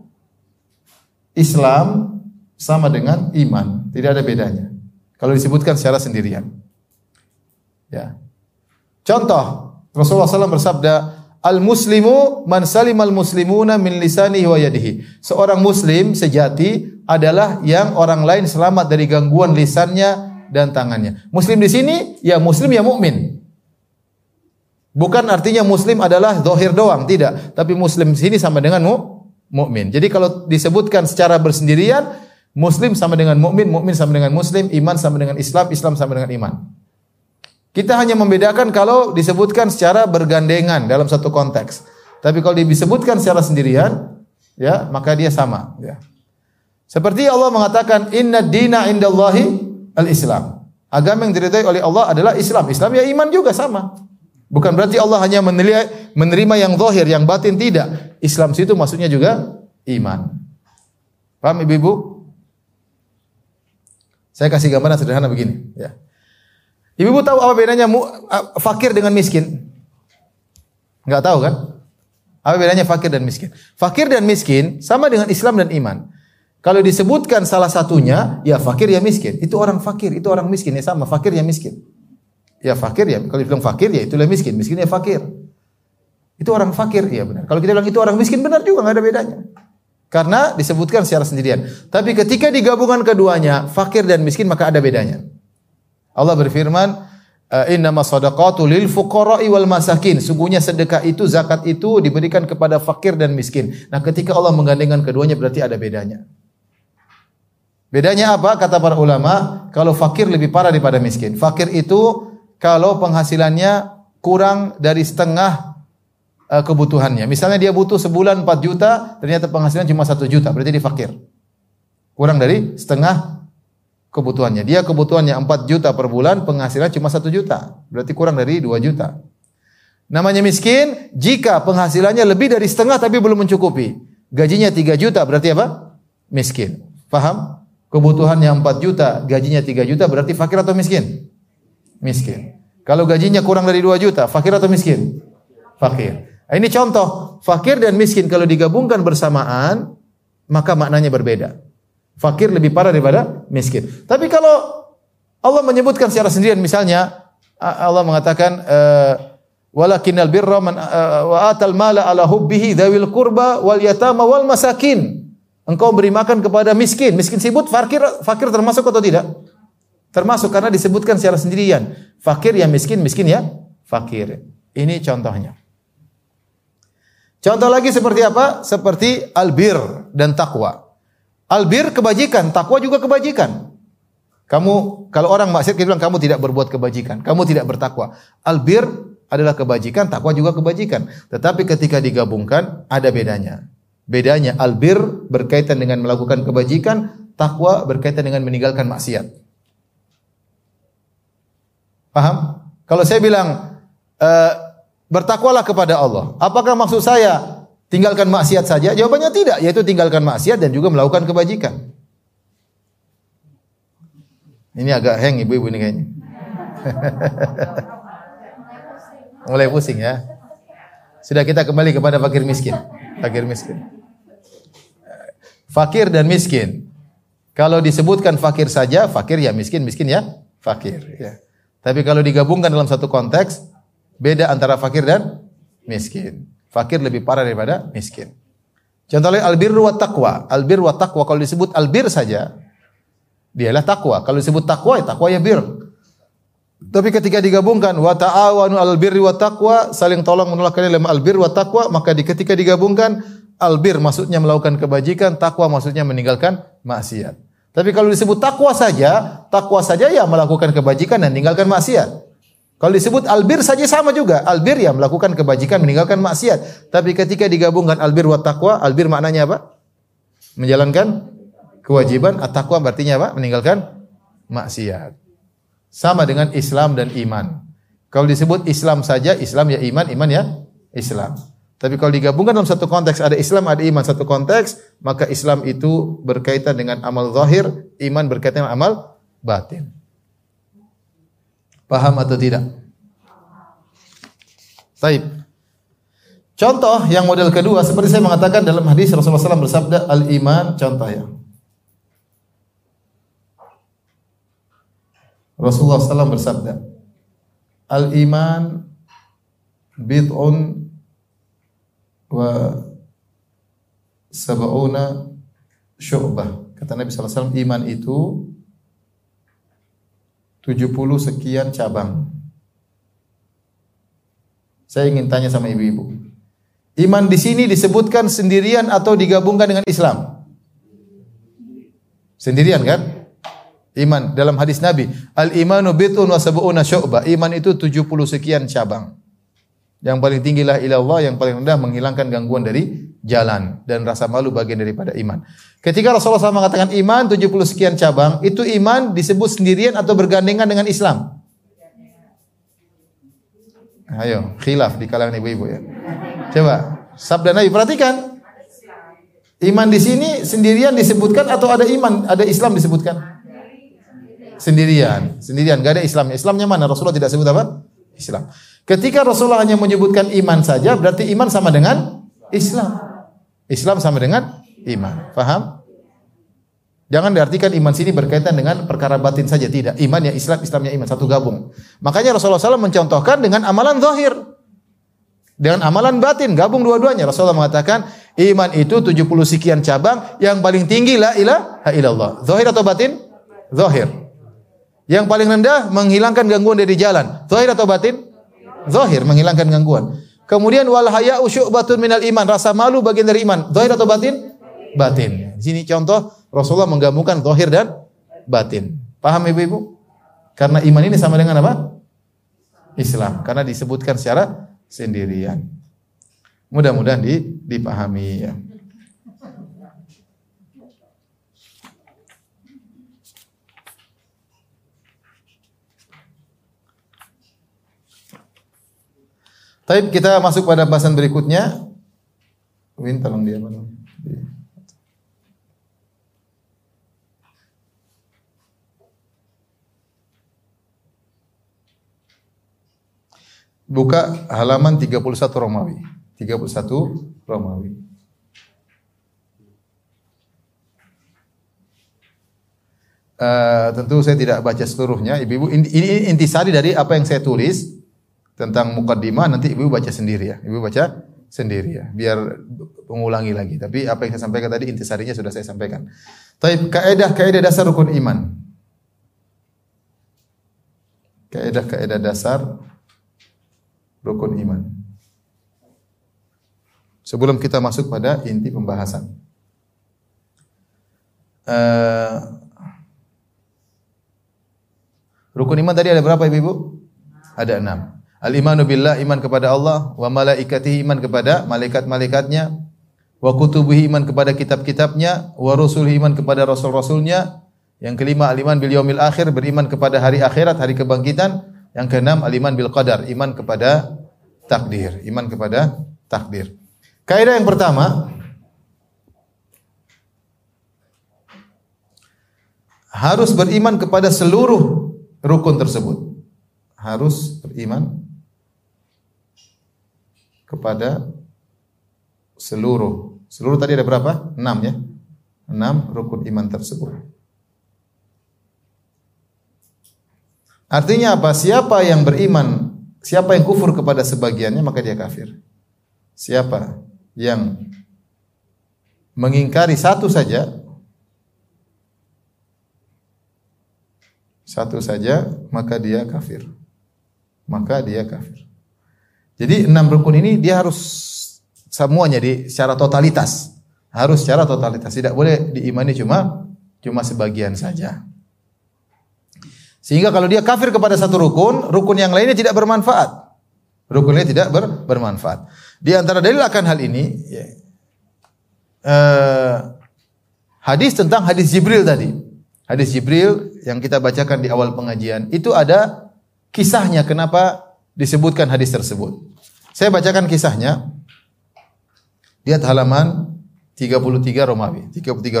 Islam sama dengan iman, tidak ada bedanya kalau disebutkan secara sendirian. Ya. Contoh, Rasulullah SAW bersabda, "Al-muslimu man salimal muslimuna min lisanihi wa yadihi." Seorang muslim sejati adalah yang orang lain selamat dari gangguan lisannya dan tangannya. Muslim di sini ya muslim ya mukmin. Bukan artinya muslim adalah zahir doang, tidak. Tapi muslim di sini sama dengan mukmin. Jadi kalau disebutkan secara bersendirian, muslim sama dengan mukmin, mukmin sama dengan muslim, iman sama dengan Islam, Islam sama dengan iman. Kita hanya membedakan kalau disebutkan secara bergandengan dalam satu konteks. Tapi kalau disebutkan secara sendirian, ya, maka dia sama, ya. Seperti Allah mengatakan, "Inna dina indallahi al-Islam." Agama yang diridhai oleh Allah adalah Islam. Islam ya iman juga sama. Bukan berarti Allah hanya menerima yang zahir, yang batin tidak. Islam situ maksudnya juga iman. Paham Ibu-ibu? Saya kasih gambaran sederhana begini, ya. Ibu tahu apa bedanya fakir dengan miskin? Enggak tahu kan? Apa bedanya fakir dan miskin? Fakir dan miskin sama dengan Islam dan iman. Kalau disebutkan salah satunya, ya fakir ya miskin. Itu orang fakir, itu orang miskin, ya sama, fakir ya miskin. Ya fakir ya, kalau dibilang fakir ya itulah miskin, miskin ya fakir. Itu orang fakir, ya benar. Kalau kita bilang itu orang miskin, benar juga, enggak ada bedanya. Karena disebutkan secara sendirian. Tapi ketika digabungkan keduanya, fakir dan miskin, maka ada bedanya. Allah berfirman, "Innamas shadaqatu lil fuqara'i wal masakin." Sungguhnya sedekah itu, zakat itu diberikan kepada fakir dan miskin. Nah, ketika Allah menggandengkan keduanya berarti ada bedanya. Bedanya apa? Kata para ulama, kalau fakir lebih parah daripada miskin. Fakir itu kalau penghasilannya kurang dari setengah kebutuhannya. Misalnya dia butuh sebulan 4 juta, ternyata penghasilan cuma 1 juta, berarti dia fakir. Kurang dari setengah kebutuhannya. Dia kebutuhannya 4 juta per bulan, penghasilan cuma 1 juta. Berarti kurang dari 2 juta. Namanya miskin, jika penghasilannya lebih dari setengah tapi belum mencukupi. Gajinya 3 juta, berarti apa? Miskin. Paham? Kebutuhannya 4 juta, gajinya 3 juta, berarti fakir atau miskin? Miskin. Kalau gajinya kurang dari 2 juta, fakir atau miskin? fakir. Ini contoh, fakir dan miskin kalau digabungkan bersamaan, maka maknanya berbeda. Fakir lebih parah daripada miskin. Tapi kalau Allah menyebutkan secara sendirian, misalnya Allah mengatakan walakinnal birra man wa atal mala ala hubbihi dzawil qurba wal yatama wal masakin. Engkau beri makan kepada miskin. Miskin disebut fakir termasuk atau tidak? Termasuk karena disebutkan secara sendirian. Fakir ya miskin, miskin ya fakir. Ini contohnya. Contoh lagi seperti apa? Seperti albir dan takwa. Albir kebajikan, takwa juga kebajikan. Kamu kalau orang maksiat kita bilang kamu tidak berbuat kebajikan, kamu tidak bertakwa. Albir adalah kebajikan, takwa juga kebajikan. Tetapi ketika digabungkan ada bedanya. Bedanya albir berkaitan dengan melakukan kebajikan, takwa berkaitan dengan meninggalkan maksiat. Paham? Kalau saya bilang bertakwalah kepada Allah. Apakah maksud saya tinggalkan maksiat saja? Jawabannya tidak, yaitu tinggalkan maksiat dan juga melakukan kebajikan. Ini agak hang ibu-ibu ini kayaknya. Mulai pusing ya. Sudah kita kembali kepada fakir miskin. Fakir miskin. Fakir dan miskin. Kalau disebutkan fakir saja, fakir ya miskin, miskin ya fakir. Ya. Tapi kalau digabungkan dalam satu konteks, beda antara fakir dan miskin. Fakir lebih parah daripada miskin. Contohnya albir wa taqwa. Albir wa taqwa kalau disebut albir saja, dialah takwa. Kalau disebut takwa, ya takwa ya bir. Tapi ketika digabungkan wa ta'awanu 'alal birri wa taqwa, saling tolong menolong kalian dalam albir wa taqwa, maka ketika digabungkan albir maksudnya melakukan kebajikan, takwa maksudnya meninggalkan maksiat. Tapi kalau disebut takwa saja ya melakukan kebajikan dan meninggalkan maksiat. Kalau disebut albir saja sama juga. Albir ya melakukan kebajikan, meninggalkan maksiat. Tapi ketika digabungkan albir wa taqwa, albir maknanya apa? Menjalankan kewajiban, at-taqwa artinya apa? Meninggalkan maksiat. Sama dengan Islam dan iman. Kalau disebut Islam saja, Islam ya iman, iman ya Islam. Tapi kalau digabungkan dalam satu konteks, ada Islam, ada iman satu konteks, maka Islam itu berkaitan dengan amal zahir, iman berkaitan dengan amal batin. Paham atau tidak? Baik. Contoh yang model kedua, seperti saya mengatakan dalam hadis Rasulullah SAW bersabda, al-iman, contoh ya. Rasulullah SAW bersabda, al-iman bid'un wa sab'una syu'bah. Kata Nabi SAW, iman itu 70 sekian cabang. Saya ingin tanya sama ibu-ibu. Iman di sini disebutkan sendirian atau digabungkan dengan Islam? Sendirian kan? Iman dalam hadis Nabi, al-imanu bid'un wa sab'una syu'bah. Iman itu 70 sekian cabang. Yang paling tinggi la ilaha illallah, yang paling rendah menghilangkan gangguan dari jalan dan rasa malu bagian daripada iman. Ketika Rasulullah SAW mengatakan iman 70 sekian cabang, itu iman disebut sendirian atau bergandengan dengan Islam? Ayo, khilaf di kalangan ibu-ibu ya. Coba, sabda Nabi perhatikan. Iman di sini sendirian disebutkan atau ada iman, ada Islam disebutkan? Sendirian, enggak ada Islamnya. Islamnya mana? Rasulullah tidak sebut apa? Islam. Ketika Rasulullah hanya menyebutkan iman saja, berarti iman sama dengan Islam. Islam sama dengan iman. Faham? Jangan diartikan iman sini berkaitan dengan perkara batin saja. Tidak. Iman ya Islam, Islamnya iman. Satu gabung. Makanya Rasulullah SAW mencontohkan dengan amalan zahir. Dengan amalan batin. Gabung dua-duanya. Rasulullah mengatakan, iman itu 70 sekian cabang. Yang paling tinggi la ilaha illallah. Zahir atau batin? Zahir. Yang paling rendah menghilangkan gangguan dari jalan. Zahir atau batin? Zahir, menghilangkan gangguan. Kemudian wal haya'u syu'batun minal iman, rasa malu bagian dari iman. Zahir atau batin? Batin. Di sini contoh Rasulullah menggabungkan zahir dan batin. Paham ibu-ibu? Karena iman ini sama dengan apa? Islam. Karena disebutkan secara sendirian. Mudah-mudahan dipahami ya. Baik, kita masuk pada bahasan berikutnya. Win, tolong dia mana? buka halaman 31 Romawi. 31 Romawi. Tentu saya tidak baca seluruhnya. Ibu-ibu, ini intisari dari apa yang saya tulis tentang mukaddimah. Nanti ibu baca sendiri ya. Ibu baca sendiri ya. Biar mengulangi lagi. Tapi apa yang saya sampaikan tadi intisarinya sudah saya sampaikan. Taib, kaidah dasar rukun iman. Kaidah dasar rukun iman. Sebelum kita masuk pada inti pembahasan. Rukun iman tadi ada berapa ibu-ibu? Ada 6. Al-imanu billah, iman kepada Allah, wa malaikatihi, iman kepada malaikat-malaikatnya, wa kutubihi, iman kepada kitab-kitabnya, wa rusulihi, iman kepada rasul-rasulnya. Yang kelima, al-iman bil yaumil akhir, beriman kepada hari akhirat, hari kebangkitan. Yang keenam, al-iman bil qadar, iman kepada takdir, iman kepada takdir. Kaidah yang pertama, harus beriman kepada seluruh rukun tersebut. Harus beriman kepada seluruh. Seluruh tadi ada berapa? 6 ya. 6 rukun iman tersebut. Artinya apa? Siapa yang beriman, siapa yang kufur kepada sebagiannya, maka dia kafir. Siapa yang mengingkari satu saja, maka dia kafir. Maka dia kafir. Jadi 6 rukun ini dia harus semuanya secara totalitas. Harus secara totalitas. Tidak boleh diimani cuma sebagian saja. Sehingga kalau dia kafir kepada satu rukun, rukun yang lainnya tidak bermanfaat. Rukunnya tidak bermanfaat. Di antara dalil akan hal ini, hadis tentang hadis Jibril tadi. Hadis Jibril yang kita bacakan di awal pengajian, itu ada kisahnya kenapa disebutkan hadis tersebut. Saya bacakan kisahnya. Lihat halaman 33 Romawi.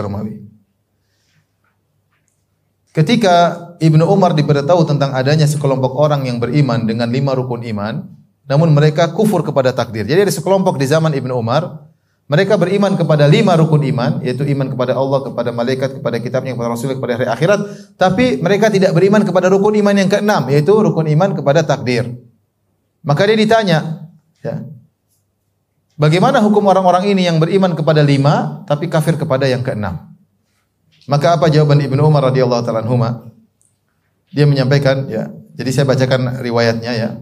Ketika Ibnu Umar diberitahu tentang adanya sekelompok orang yang beriman dengan 5 rukun iman, namun mereka kufur kepada takdir. Jadi ada sekelompok di zaman Ibnu Umar, mereka beriman kepada 5 rukun iman, yaitu iman kepada Allah, kepada malaikat, kepada kitabnya, kepada Rasul, kepada hari akhirat. Tapi mereka tidak beriman kepada rukun iman yang ke-6, yaitu rukun iman kepada takdir. Maka dia ditanya, ya, bagaimana hukum orang-orang ini yang beriman kepada 5, tapi kafir kepada yang ke-6? Maka apa jawaban Ibnu Umar radhiyallahu ta'ala anhuma? Dia menyampaikan, ya, jadi saya bacakan riwayatnya ya.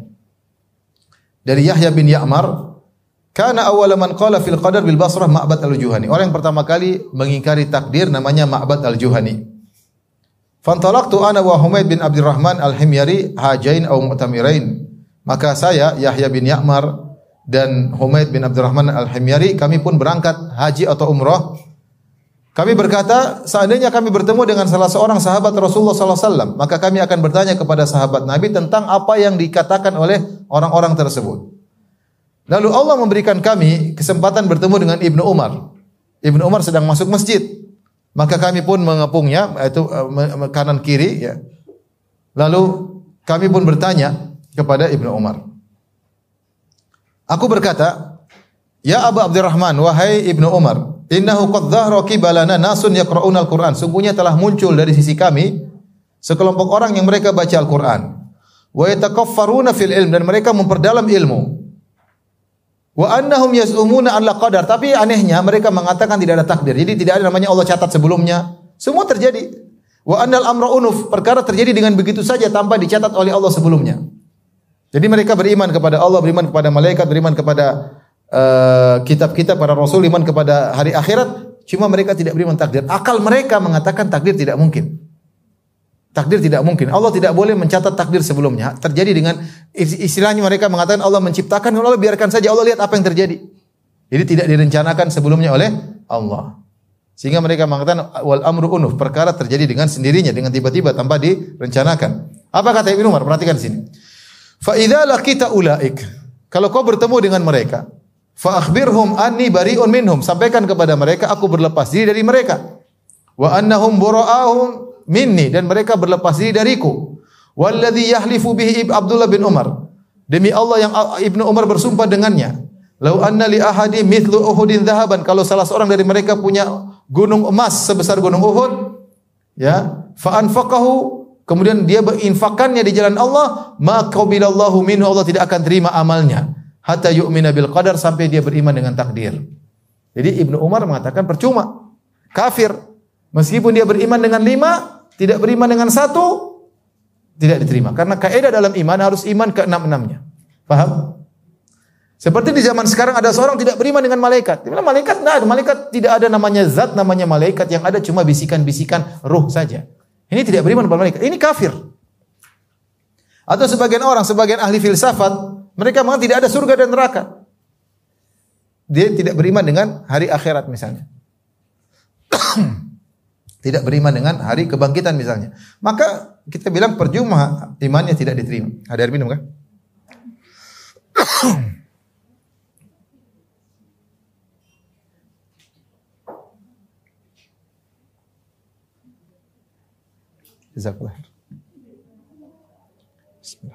Dari Yahya bin Ya'mar, kana awwala man qala fil qadar bil Basrah Ma'bad al-Juhani. Orang yang pertama kali mengingkari takdir namanya Ma'bad al-Juhani. Fantalaqtu ana wa Humaid bin Abdurrahman al-Himyari hajain aw mu'tamirain. Maka saya Yahya bin Ya'mar dan Humaid bin Abdurrahman al-Himyari, kami pun berangkat haji atau umrah. Kami berkata, seandainya kami bertemu dengan salah seorang sahabat Rasulullah SAW, maka kami akan bertanya kepada sahabat Nabi tentang apa yang dikatakan oleh orang-orang tersebut. Lalu Allah memberikan kami kesempatan bertemu dengan Ibnu Umar. Ibnu Umar sedang masuk masjid. Maka kami pun mengepungnya, yaitu kanan kiri. Ya. Lalu kami pun bertanya kepada Ibnu Umar. Aku berkata, ya Abu Abdurrahman, wahai Ibnu Umar, innahu qad dhahara qibalana nasun yaqra'una al-Qur'an. Sungguhnya telah muncul dari sisi kami sekelompok orang yang mereka baca Al-Qur'an. Wa yatakaffaruna fil ilm, dan mereka memperdalam ilmu. Wa annahum yaz'umuna an la qadar, tapi anehnya mereka mengatakan tidak ada takdir. Jadi tidak ada namanya Allah catat sebelumnya. Semua terjadi. Wa annal amra unuf, perkara terjadi dengan begitu saja tanpa dicatat oleh Allah sebelumnya. Jadi mereka beriman kepada Allah, beriman kepada malaikat, beriman kepada kitab-kitab para rasul, iman kepada hari akhirat, cuma mereka tidak beriman takdir. Akal mereka mengatakan takdir tidak mungkin. Takdir tidak mungkin. Allah tidak boleh mencatat takdir sebelumnya. Terjadi dengan istilahnya mereka mengatakan Allah menciptakan, Allah biarkan saja, Allah lihat apa yang terjadi. Jadi tidak direncanakan sebelumnya oleh Allah. Sehingga mereka mengatakan wal amru unuf, perkara terjadi dengan sendirinya, dengan tiba-tiba tanpa direncanakan. Apa kata Ibnu Umar? Perhatikan sini. Fa idza laqita ulaik, kalau kau bertemu dengan mereka, fa akhbirhum anni bari'un minhum, sampaikan kepada mereka aku berlepas diri dari mereka. Wa annahum bura'ahum minni, dan mereka berlepas diri dariku. Walladzi yahlifu bihi Abdullah bin Umar, Demi Allah yang Ibnu Umar bersumpah dengannya, "Lau anna li ahadi mithlu Uhudin dhahaban." Kalau salah seorang dari mereka punya gunung emas sebesar gunung Uhud, ya, fa anfaqahu, kemudian dia berinfakannya di jalan Allah, ma qabilallahu minhu, Allah tidak akan terima amalnya hatta yu'mina bil qadar, sampai dia beriman dengan takdir. Jadi Ibnu Umar mengatakan percuma, kafir. Meskipun dia beriman dengan 5, tidak beriman dengan 1, tidak diterima. Karena kaidah dalam iman harus iman ke 6-6-nya. Paham? Seperti di zaman sekarang ada seorang tidak beriman dengan malaikat. Dia bilang malaikat enggak ada, malaikat tidak ada namanya zat, namanya malaikat, yang ada cuma bisikan-bisikan ruh saja. Ini tidak beriman kepada malaikat. Ini kafir. Atau sebagian orang, sebagian ahli filsafat, mereka mengatakan tidak ada surga dan neraka. Dia tidak beriman dengan hari akhirat misalnya. Tidak beriman dengan hari kebangkitan misalnya. Maka kita bilang percuma, imannya tidak diterima. Ada air minum kah? Jazakallah. Bismillah.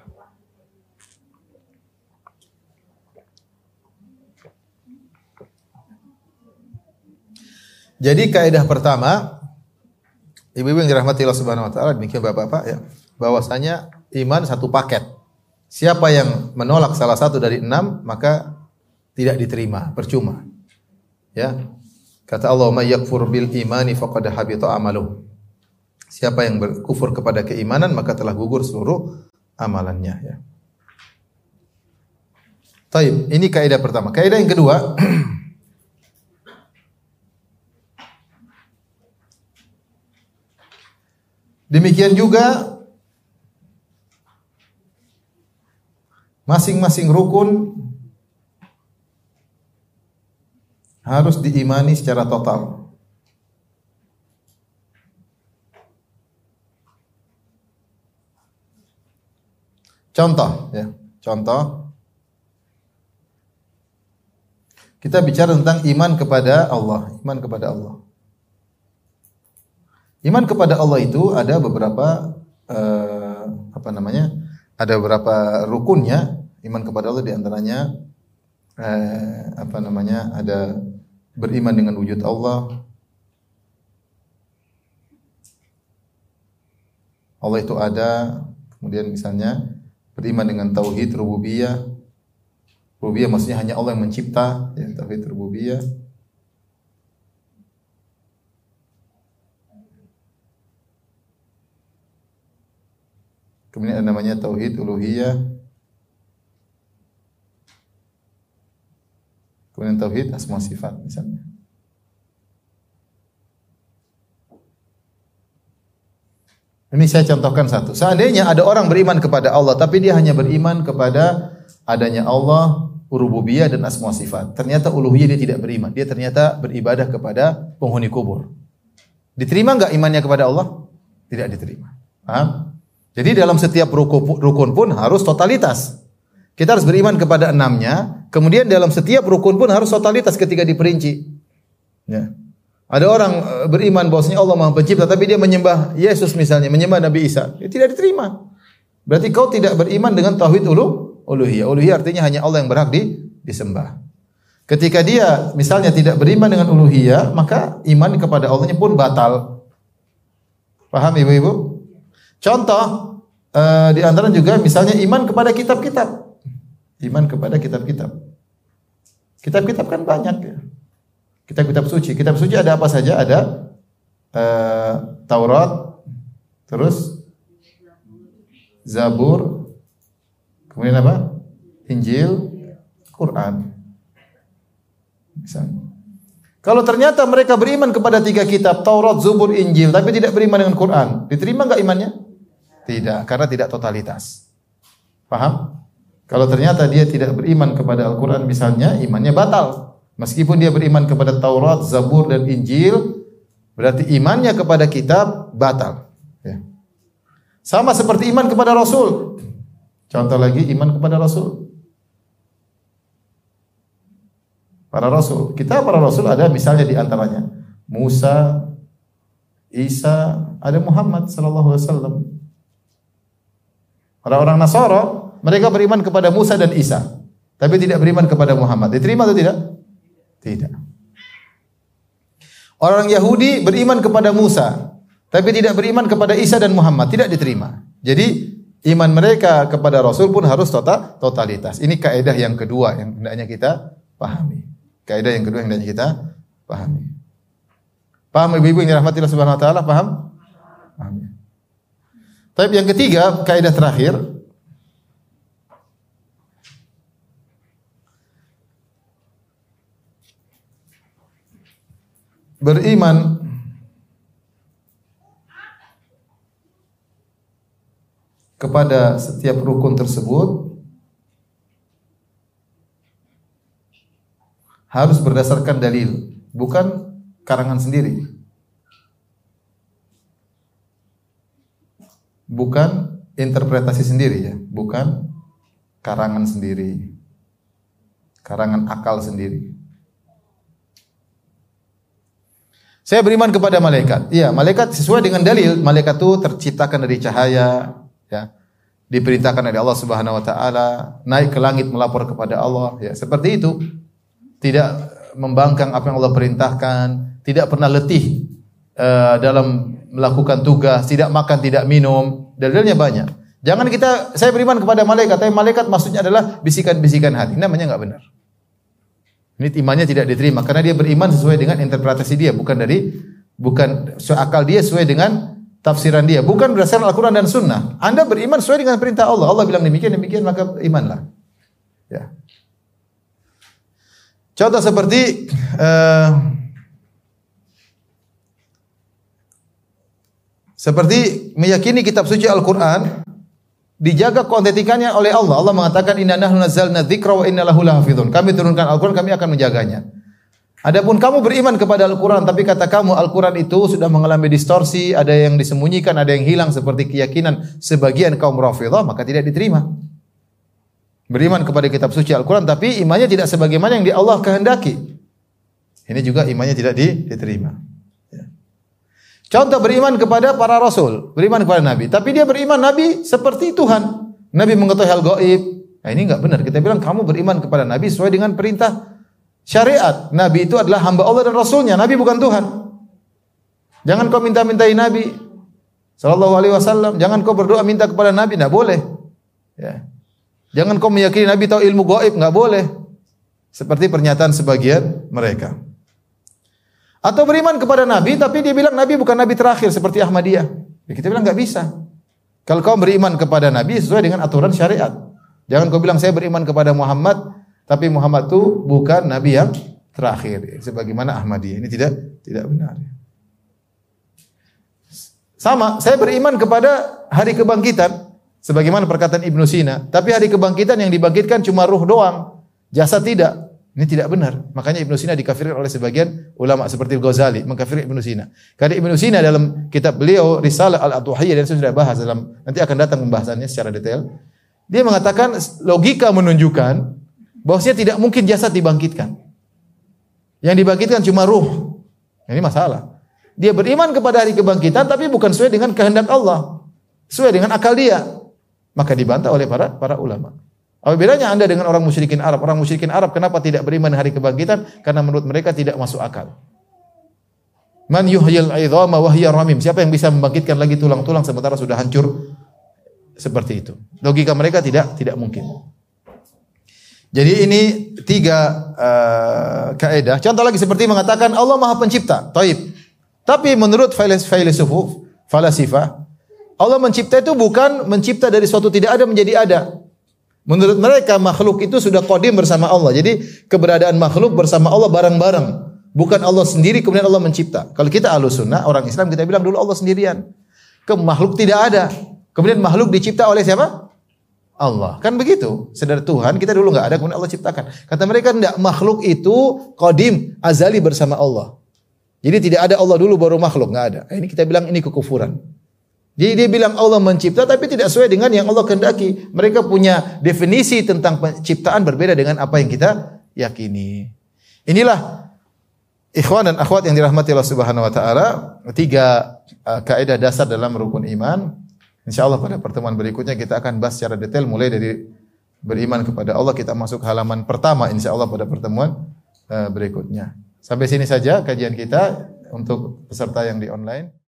Jadi kaidah pertama, ibu-ibu yang dirahmati Allah Subhanahu wa taala, demikian Bapak-bapak ya, bahwasanya iman satu paket. Siapa yang menolak salah satu dari 6, maka tidak diterima, percuma. Ya. Kata Allah, "May yakfur bil imani faqad habita amaluh." Siapa yang berkufur kepada keimanan, maka telah gugur seluruh amalannya, ya. Taib, ini kaidah pertama. Kaidah yang kedua, demikian juga masing-masing rukun harus diimani secara total. Contoh, ya, contoh. Kita bicara tentang iman kepada Allah, iman kepada Allah. Iman kepada Allah itu ada beberapa ada beberapa rukunnya. Iman kepada Allah diantaranya ada beriman dengan wujud Allah. Allah itu ada. Kemudian misalnya beriman dengan tauhid rububiyah. Rububiyah maksudnya hanya Allah yang mencipta, ya, tauhid rububiyah. Kemudian ada namanya tauhid uluhiyah. Kemudian tauhid asma sifat misalnya. Ini saya contohkan satu. Seandainya ada orang beriman kepada Allah, tapi dia hanya beriman kepada adanya Allah, rububiyah dan asma sifat. Ternyata uluhiyah dia tidak beriman. Dia ternyata beribadah kepada penghuni kubur. Diterima enggak imannya kepada Allah? Tidak diterima. Paham? Jadi dalam setiap rukun pun harus totalitas. Kita harus beriman kepada 6-nya. Kemudian dalam setiap rukun pun harus totalitas ketika diperinci. Ya. Ada orang beriman bahwasanya Allah Maha Pencipta, tapi dia menyembah Yesus misalnya, menyembah Nabi Isa. Ya, tidak diterima. Berarti kau tidak beriman dengan tauhid uluhiyah. Uluhiyah artinya hanya Allah yang berhak disembah. Ketika dia misalnya tidak beriman dengan uluhiyah, maka iman kepada Allahnya pun batal. Paham ibu-ibu? Contoh di antara juga misalnya iman kepada kitab-kitab. Iman kepada kitab-kitab. Kitab-kitab kan banyak ya. Kitab-kitab suci. Kitab suci ada apa saja? Ada Taurat, terus Zabur, kemudian apa? Injil, Quran. Misalnya. Kalau ternyata mereka beriman kepada 3 kitab, Taurat, Zabur, Injil, tapi tidak beriman dengan Quran, diterima enggak imannya? Tidak, karena tidak totalitas. Paham? Kalau ternyata dia tidak beriman kepada Al-Quran misalnya, imannya batal. Meskipun dia beriman kepada Taurat, Zabur, dan Injil, berarti imannya kepada kitab batal. Ya. Sama seperti iman kepada Rasul. Contoh lagi, iman kepada Rasul. Para Rasul. Kita para Rasul ada misalnya di antaranya Musa, Isa, ada Muhammad sallallahu alaihi wasallam. Orang-orang mereka beriman kepada Musa dan Isa, tapi tidak beriman kepada Muhammad. Diterima atau tidak? Tidak. Orang Yahudi beriman kepada Musa, tapi tidak beriman kepada Isa dan Muhammad, tidak diterima. Jadi iman mereka kepada Rasul pun harus totalitas. Ini kaidah yang kedua yang hendaknya kita pahami. Kaidah yang kedua yang hendaknya kita pahami. Paham ibu-ibu yang dirahmati Allah Subhanahu wa taala? Paham? Paham. Tapi yang ketiga, kaidah terakhir, beriman kepada setiap rukun tersebut harus berdasarkan dalil, bukan karangan sendiri. Bukan interpretasi sendiri ya, bukan karangan sendiri. Karangan akal sendiri. Saya beriman kepada malaikat. Iya, malaikat sesuai dengan dalil. Malaikat itu terciptakan dari cahaya, ya. Diperintahkan oleh Allah Subhanahu wa taala, naik ke langit melapor kepada Allah, ya. Seperti itu. Tidak membangkang apa yang Allah perintahkan, tidak pernah letih dalam melakukan tugas, tidak makan, tidak minum. Dalilnya banyak. Jangan saya beriman kepada malaikat, tapi malaikat maksudnya adalah bisikan-bisikan hati. Namanya enggak benar. Ini imannya tidak diterima karena dia beriman sesuai dengan interpretasi dia, bukan akal dia sesuai dengan tafsiran dia, bukan berdasarkan Al-Qur'an dan Sunnah. Anda beriman sesuai dengan perintah Allah. Allah bilang demikian maka imanlah. Ya. Contoh seperti meyakini kitab suci Al-Qur'an dijaga kuantitikannya oleh Allah. Allah mengatakan inna nahnu nazzalna dzikra wa inna lahu lahafizun. Kami turunkan Al-Qur'an, kami akan menjaganya. Adapun kamu beriman kepada Al-Qur'an tapi kata kamu Al-Qur'an itu sudah mengalami distorsi, ada yang disembunyikan, ada yang hilang seperti keyakinan sebagian kaum Rafidhah, maka tidak diterima. Beriman kepada kitab suci Al-Qur'an tapi imannya tidak sebagaimana yang Allah kehendaki. Ini juga imannya tidak diterima. Contoh beriman kepada para rasul, beriman kepada nabi, tapi dia beriman nabi seperti Tuhan. Nabi mengetahui hal gaib. Nah, ini enggak benar. Kita bilang kamu beriman kepada nabi sesuai dengan perintah syariat. Nabi itu adalah hamba Allah dan rasulnya, nabi bukan Tuhan. Jangan kau minta-mintai nabi sallallahu alaihi wasallam, jangan kau berdoa minta kepada nabi, enggak boleh. Ya. Jangan kau meyakini nabi tahu ilmu gaib, enggak boleh. Seperti pernyataan sebagian mereka. Atau beriman kepada Nabi, tapi dia bilang Nabi bukan Nabi terakhir seperti Ahmadiyah. Ya, kita bilang nggak bisa. Kalau kau beriman kepada Nabi sesuai dengan aturan syariat. Jangan kau bilang saya beriman kepada Muhammad, tapi Muhammad itu bukan Nabi yang terakhir. Sebagaimana Ahmadiyah. Ini tidak benar. Sama, saya beriman kepada hari kebangkitan. Sebagaimana perkataan Ibnu Sina. Tapi hari kebangkitan yang dibangkitkan cuma ruh doang. Jasad tidak. Ini tidak benar. Makanya Ibnu Sina dikafirkan oleh sebagian ulama seperti Ghazali mengkafiri Ibnu Sina. Karena Ibnu Sina dalam kitab beliau Risalah Al-Atuhiyah dan saya sudah bahas nanti akan datang pembahasannya secara detail. Dia mengatakan logika menunjukkan bahwasanya tidak mungkin jasad dibangkitkan. Yang dibangkitkan cuma ruh. Ini masalah. Dia beriman kepada hari kebangkitan tapi bukan sesuai dengan kehendak Allah. Sesuai dengan akal dia. Maka dibantah oleh para ulama. Apa bedanya Anda dengan orang musyrikin Arab? Orang musyrikin Arab kenapa tidak beriman hari kebangkitan? Karena menurut mereka tidak masuk akal. Man yuhyil 'idhama wa hiya ramim. Siapa yang bisa membangkitkan lagi tulang-tulang sementara sudah hancur? Seperti itu. Logika mereka tidak mungkin. Jadi ini tiga kaidah. Contoh lagi seperti mengatakan Allah Maha Pencipta. Taib. Tapi menurut falasifah, Allah mencipta itu bukan mencipta dari suatu tidak ada menjadi ada. Menurut mereka makhluk itu sudah qadim bersama Allah. Jadi keberadaan makhluk bersama Allah bareng-bareng. Bukan Allah sendiri kemudian Allah mencipta. Kalau kita Ahlussunnah, orang Islam kita bilang dulu Allah sendirian. Makhluk tidak ada. Kemudian makhluk dicipta oleh siapa? Allah. Kan begitu. Saudara Tuhan kita dulu enggak ada kemudian Allah ciptakan. Kata mereka enggak, makhluk itu qadim, azali bersama Allah. Jadi tidak ada Allah dulu baru makhluk, enggak ada. Ini kita bilang ini kekufuran. Jadi dia bilang Allah mencipta tapi tidak sesuai dengan yang Allah kehendaki. Mereka punya definisi tentang penciptaan berbeda dengan apa yang kita yakini. Inilah ikhwan dan akhwat yang dirahmati Allah Subhanahu wa taala, tiga kaidah dasar dalam rukun iman. Insyaallah pada pertemuan berikutnya kita akan bahas secara detail mulai dari beriman kepada Allah, kita masuk halaman pertama insyaallah pada pertemuan berikutnya. Sampai sini saja kajian kita untuk peserta yang di online.